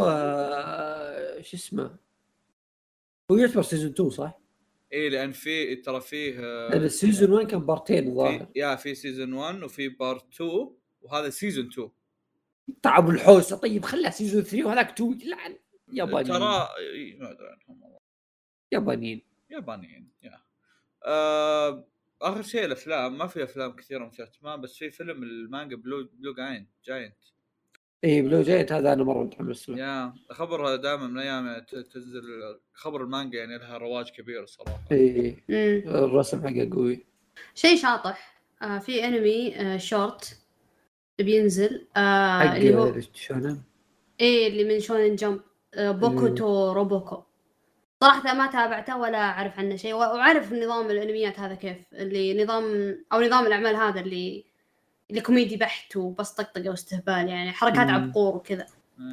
شو اسمه، هو يعتبر سيزون تو صح؟ ايه لان في ترى فيه آه السيزون واحد كان بارتين الظاهر. يا في سيزون واحد وفي بارت تو وهذا سيزون تو. تعب الحوسه. طيب خليها سيزون ثلاثة وهذاك تو. لعن يابانيين ترى ما ادري عنهم والله. يابانيين يابانيين يا آه اخر شيء الافلام ما في افلام كثيره مثيره اهتمام، بس في فيلم المانجا بلو بلو جاينت جاينت ايه بلو جاينت هذا انا مره متحمس له. يا خبرها دائما من ايام تنزل خبر المانجا يعني لها رواج كبير صراحه. ايه الرسم حقه قوي شيء شاطح. آه في انمي آه شورت بينزل آه اللي هو شونن ايه اللي من شونن جمب آه بوكوتو روبوكو. صراحة ما تابعته ولا أعرف عنه شيء، وأعرف نظام الأنميات هذا كيف اللي نظام أو نظام الأعمال هذا اللي اللي كوميدي بحت وبس طقطقة واستهبال، يعني حركات مم. عبقور وكذا.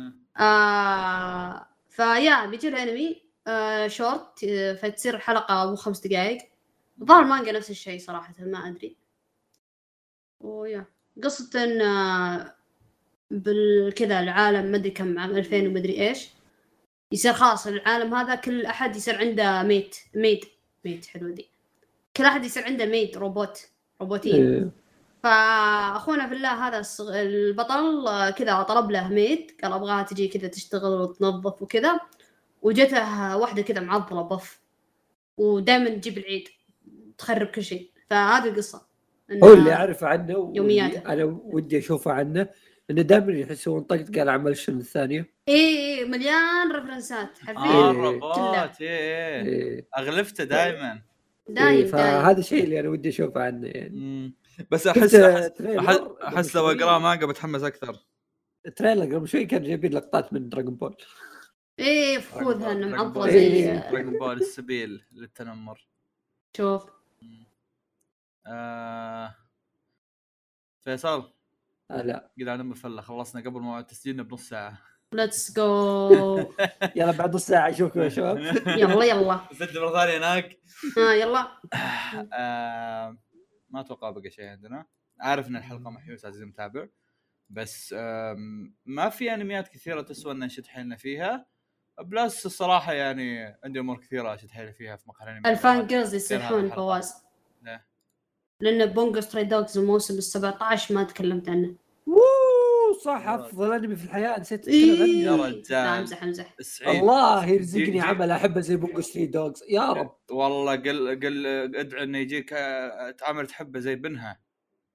آه فيا بيجي له أنمي آه شورت آه فتصير حلقة مو خمس دقائق. ظهر مانجا نفس الشيء صراحة ما أدري. ويا قصة إن آه بالكذا العالم مدري كم عام ألفين ومدري إيش يصير خاص العالم هذا كل أحد يصير عنده ميت ميت ميت حلو دي كل أحد يصير عنده ميت روبوت روبوتين. إيه. فأخونا في الله هذا البطل كذا طلب له ميت قال أبغاها تجي كذا تشتغل وتنظف وكذا، وجته واحدة كذا معضلة بف ودائما تجيب العيد تخرب كل شيء. فهذه القصة هو اللي أعرف عنه يومياته. أنا ودي أشوفه عنه إنه دائما يحسون طقطقة على عمل الشن الثانية. إيه مليان ريفرنسات حرفيا. آه الرباط إيه. إيه أغلفته دائما دايم إيه فهذا الشيء اللي أنا ودي أشوفه عنه يعني. مم. بس أحس أحس, أحس لو أقرأ مانجا بتحمس أكثر. التريلر قبل شوي كان جايبين لقطات من دراغون بول. إيه خذها إنه معضلة زي دراغون بول السبيل للتنمر. شوف آه... فيصل آه لا قد أنا مفلة خلصنا قبل موعد تسجيلنا بنص ساعة. Let's go. يلا بعد نص ساعة أشوفكم يا شباب. يلا يلا. سجل مرة ثانية هناك. ها يلا. آه... ما أتوقع بقى شيء عندنا. عارف إن الحلقة محيوسة عزيزي المتابع، بس ما في أنميات كثيرة تسوى أن نشد حيلنا فيها. بلاس الصراحة يعني عندي أمور كثيرة أشد حيلي فيها في مقهى الأنمي. الفان جيرلز يصيحون فواز. لا. لأن بونجو ستري دوغز الموسم السبعة عشر ما تكلمت عنه. ووو صح أفضل أنمي في الحياة نسيت أتكلم عنه. يا رجال. أمزح أمزح. الله يرزقني عمل أحبه زي بونجو ستري دوغز يا رب. والله قل قل أدعي إنه يجيك تعمل تحبه زي بنها.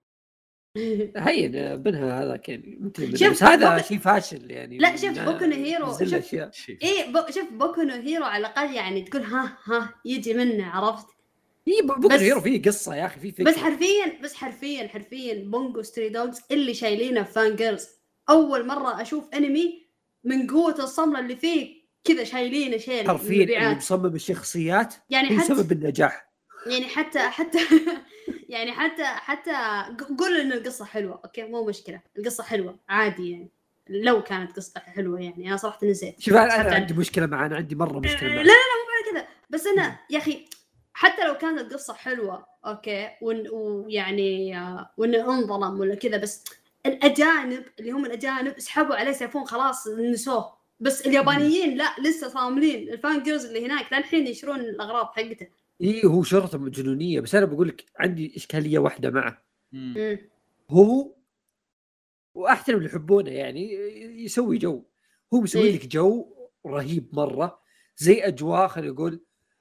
هين بنها هذا كان بس هذا شيء فاشل يعني. لا شوف بوكو نو هيرو شوف ايه بو شوف بوكو نو هيرو على الاقل يعني تقول ها ها يجي منه عرفت. اي بوكو نو هيرو فيه قصه يا اخي فيه فكره. بس حرفيا بس حرفيا حرفيا بونجو ستري دوغز اللي شايلينه فان جيرلز. اول مره اشوف انمي من قوه الصمله اللي فيه كذا شايلينه شيل حرفيا اللي مصمم الشخصيات يعني هو حتى سبب النجاح. يعني حتى حتى يعني حتى حتى قول إن القصة حلوة أوكي مو مشكلة القصة حلوة عادي يعني لو كانت قصة حلوة يعني أنا صراحة نسيت. شوف أنا عندي مشكلة معاه أنا عندي مرة مشكلة معاه. لا لا لا مو كذا بس أنا يا أخي حتى لو كانت القصة حلوة أوكي ويعني وإنه انظلم ولا كذا بس الأجانب اللي هم الأجانب اسحبوا عليه سيفون خلاص نسوه. بس اليابانيين لا لسه صاملين الفان جيرلز اللي هناك للحين يشرون الأغراض حقته اي هو شرطه جنونيه، بس انا بقول لك عندي اشكاليه واحده معه. مم. هو واحترم اللي يحبونه يعني يسوي جو، هو مسوي إيه. لك جو رهيب مره، زي اجواء خلينا نقول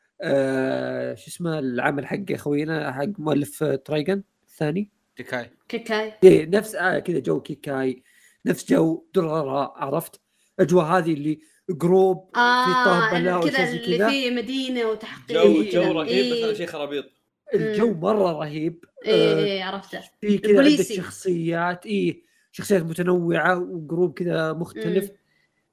آه شو اسمه العمل حق خوينا حق مؤلف ترايجن الثاني كيكاي كيكاي إيه نفس آه كذا جو كيكاي، نفس جو درارة، عرفت اجواء هذه اللي جروب آه في طابه لا كذا وشيء زي اللي كذا، فيه مدينة وتحقيق جو إيه. جو رهيب إيه. بس شيء خرابيط. الجو مم. مره رهيب. إيه آه إيه عرفته. في كذا عدة البوليسي. شخصيات، ايه شخصيات متنوعه وجروب كذا مختلف. مم.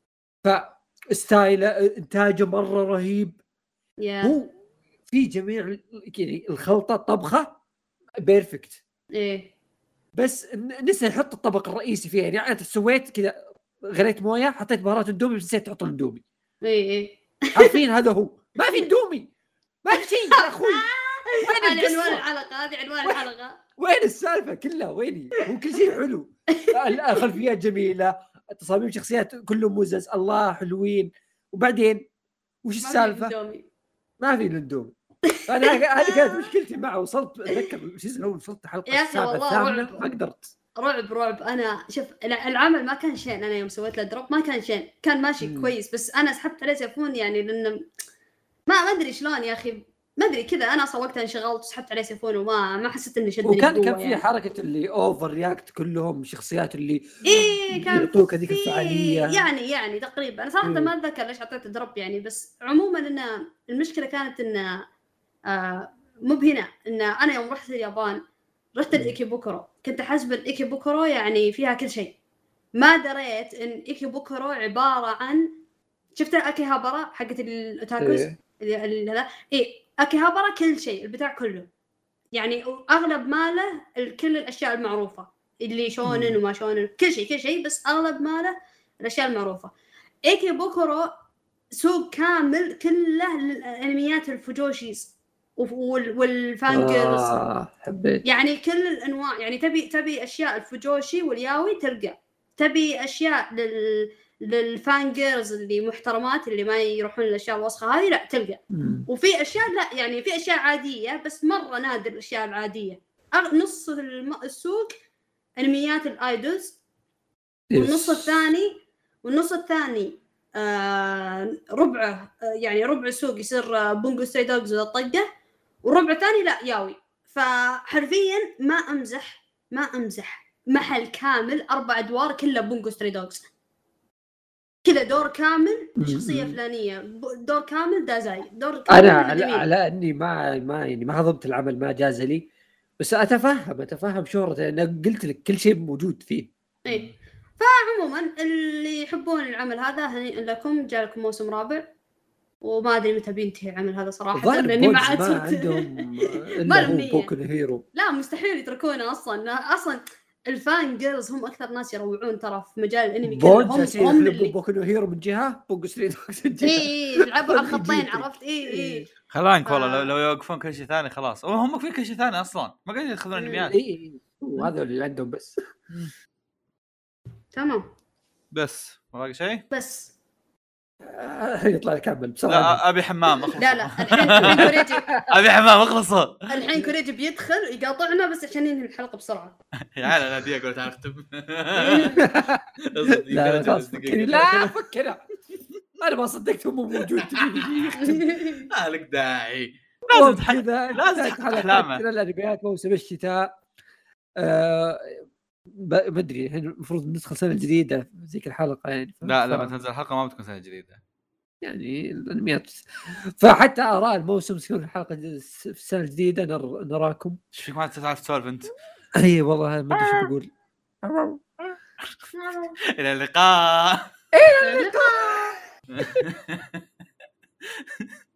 فستايله انتاجه مره رهيب. يا هو في جميع ال- كذا الخلطه طبخه بيرفكت، إيه بس ن- نسى يحط الطبق الرئيسي فيها. يعني انت سويت كذا غليت مويه حطيت بهارات اندومي بس نسيت تحط الاندومي، إيه إيه عارفين هذا هو ما في اندومي ما في شيء يا اخوي. وين هذه عنوان القصه؟ الحلقة، هذه عنوان الحلقة. وين السالفه كلها؟ ويني؟ هو كل شيء حلو، الخلفيات جميله، تصاميم شخصيات كلهم مزز الله حلوين، وبعدين وش ما في السالفه؟ إندومي. ما في الاندومي. انا هذه كانت مشكلتي معه. وصلت اتذكر شو اسمه وصلت الحلقه يا أخي السابعه والله الثامنه رعب. ما قدرت. رعب رعب. انا شوف الع- العمل ما كان شين، انا يوم سويت له دروب ما كان شين، كان ماشي مم. كويس، بس انا سحبت عليه سيفون يعني لانه ما ما ادري شلون يا اخي، ما ادري كذا انا اصلا وقتها انشغلت وسحبت عليه سيفون وما ما حسيت اني شدني وكان بقوة كان في يعني. حركه اللي اوفر رياكت كلهم شخصيات اللي ايه كان يعطوك هذيك في- الفعاليه يعني يعني تقريبا انا صراحه مم. ما اتذكر ليش اعطيته دروب يعني، بس عموما ان المشكله كانت ان آه مو بهنا ان انا يوم رحت اليابان رحت مم. الايكيبوكورو، كنت حاسبه الايكيبوكورو يعني فيها كل شيء، ما دريت ان ايكيبوكورو عباره عن شفت اكيهابارا حقت الاوتاكوز إيه. اللي هذا ايه اكيهابارا كل شيء البتاع كله يعني اغلب ماله كل الاشياء المعروفه اللي شونن مم. وما شونن كل شيء كل شيء، بس اغلب ماله الاشياء المعروفه. ايكيبوكورو سوق كامل كله الانميات الفوجوشيز والفانجرز آه حبيت. يعني كل الانواع، يعني تبي تبي اشياء الفوجوشي والياوي تلقى، تبي اشياء لل للفانجرز اللي محترمات اللي ما يروحون الاشياء الوسخه هذه لا تلقى. مم. وفي اشياء لا يعني في اشياء عاديه بس مره نادر الاشياء العاديه. أغ- نص الم... السوق انميات الايدولز، والنص الثاني والنص الثاني آه ربعه آه يعني ربع السوق يصير آه بونجو ستري دوغز والطقه، وربع ثاني لا ياوي. فحرفيا ما امزح ما امزح محل كامل اربع ادوار كله بونجو ستري دوغز كذا، دور كامل شخصيه فلانيه، دور كامل دازاي، دور كامل انا على, هدمين. على اني ما ما يعني ما هضمت العمل ما جاز لي، بس اتفهم اتفهم شهرته. انا قلت لك كل شيء موجود فيه. ايه فعموما اللي يحبون العمل هذا هنيئا لكم، جالكم موسم رابع وما ادري متى بينتهي العمل هذا صراحه لاني ما عاد ما عندهم الا هو بوكو هيرو. لا مستحيل يتركونه اصلا اصلا الفان جيرلز هم اكثر ناس يروعون ترى في مجال الانمي كلهم هم اللي بوكو هيرو من جهه بوكو ستريت دوغز من جهه. اي يلعبوا على الخطين عرفت. اي اي خلانك والله لو, لو يوقفون كل شيء ثاني خلاص هم في كل شيء ثاني اصلا ما قاعدين ياخذون انميات. اي وهذا اللي عندهم بس. تمام بس ما باقي شيء بس يطلع يكمل بسرعه. لا ابي حمام اخلص. لا لا الحين الحين كوريجي ابي حمام اخلصوا. الحين كوريجي بيدخل يقاطعنا بس عشان ينهي الحلقه بسرعه. يا لا لا دي اقول تعال اختم. لا خلاص فكري لا فكنا انا ما صدقت هم موجود يختم. ما لك داعي لازم تحل لازم تحل احلامه. الانميات موسم الشتاء آه ما ادري الحين المفروض ندخل سنه جديده ذيك الحلقه يعني. لا لما تنزل الحلقه ما بتكون سنه جديده يعني الانميات. فحتى اراء الموسم تكون الحلقه في السنه الجديده نر... نراكم. ايش فيك ما تعرف تسولف انت؟ اي والله ما ادري شو بقول. الى اللقاء. الى اللقاء.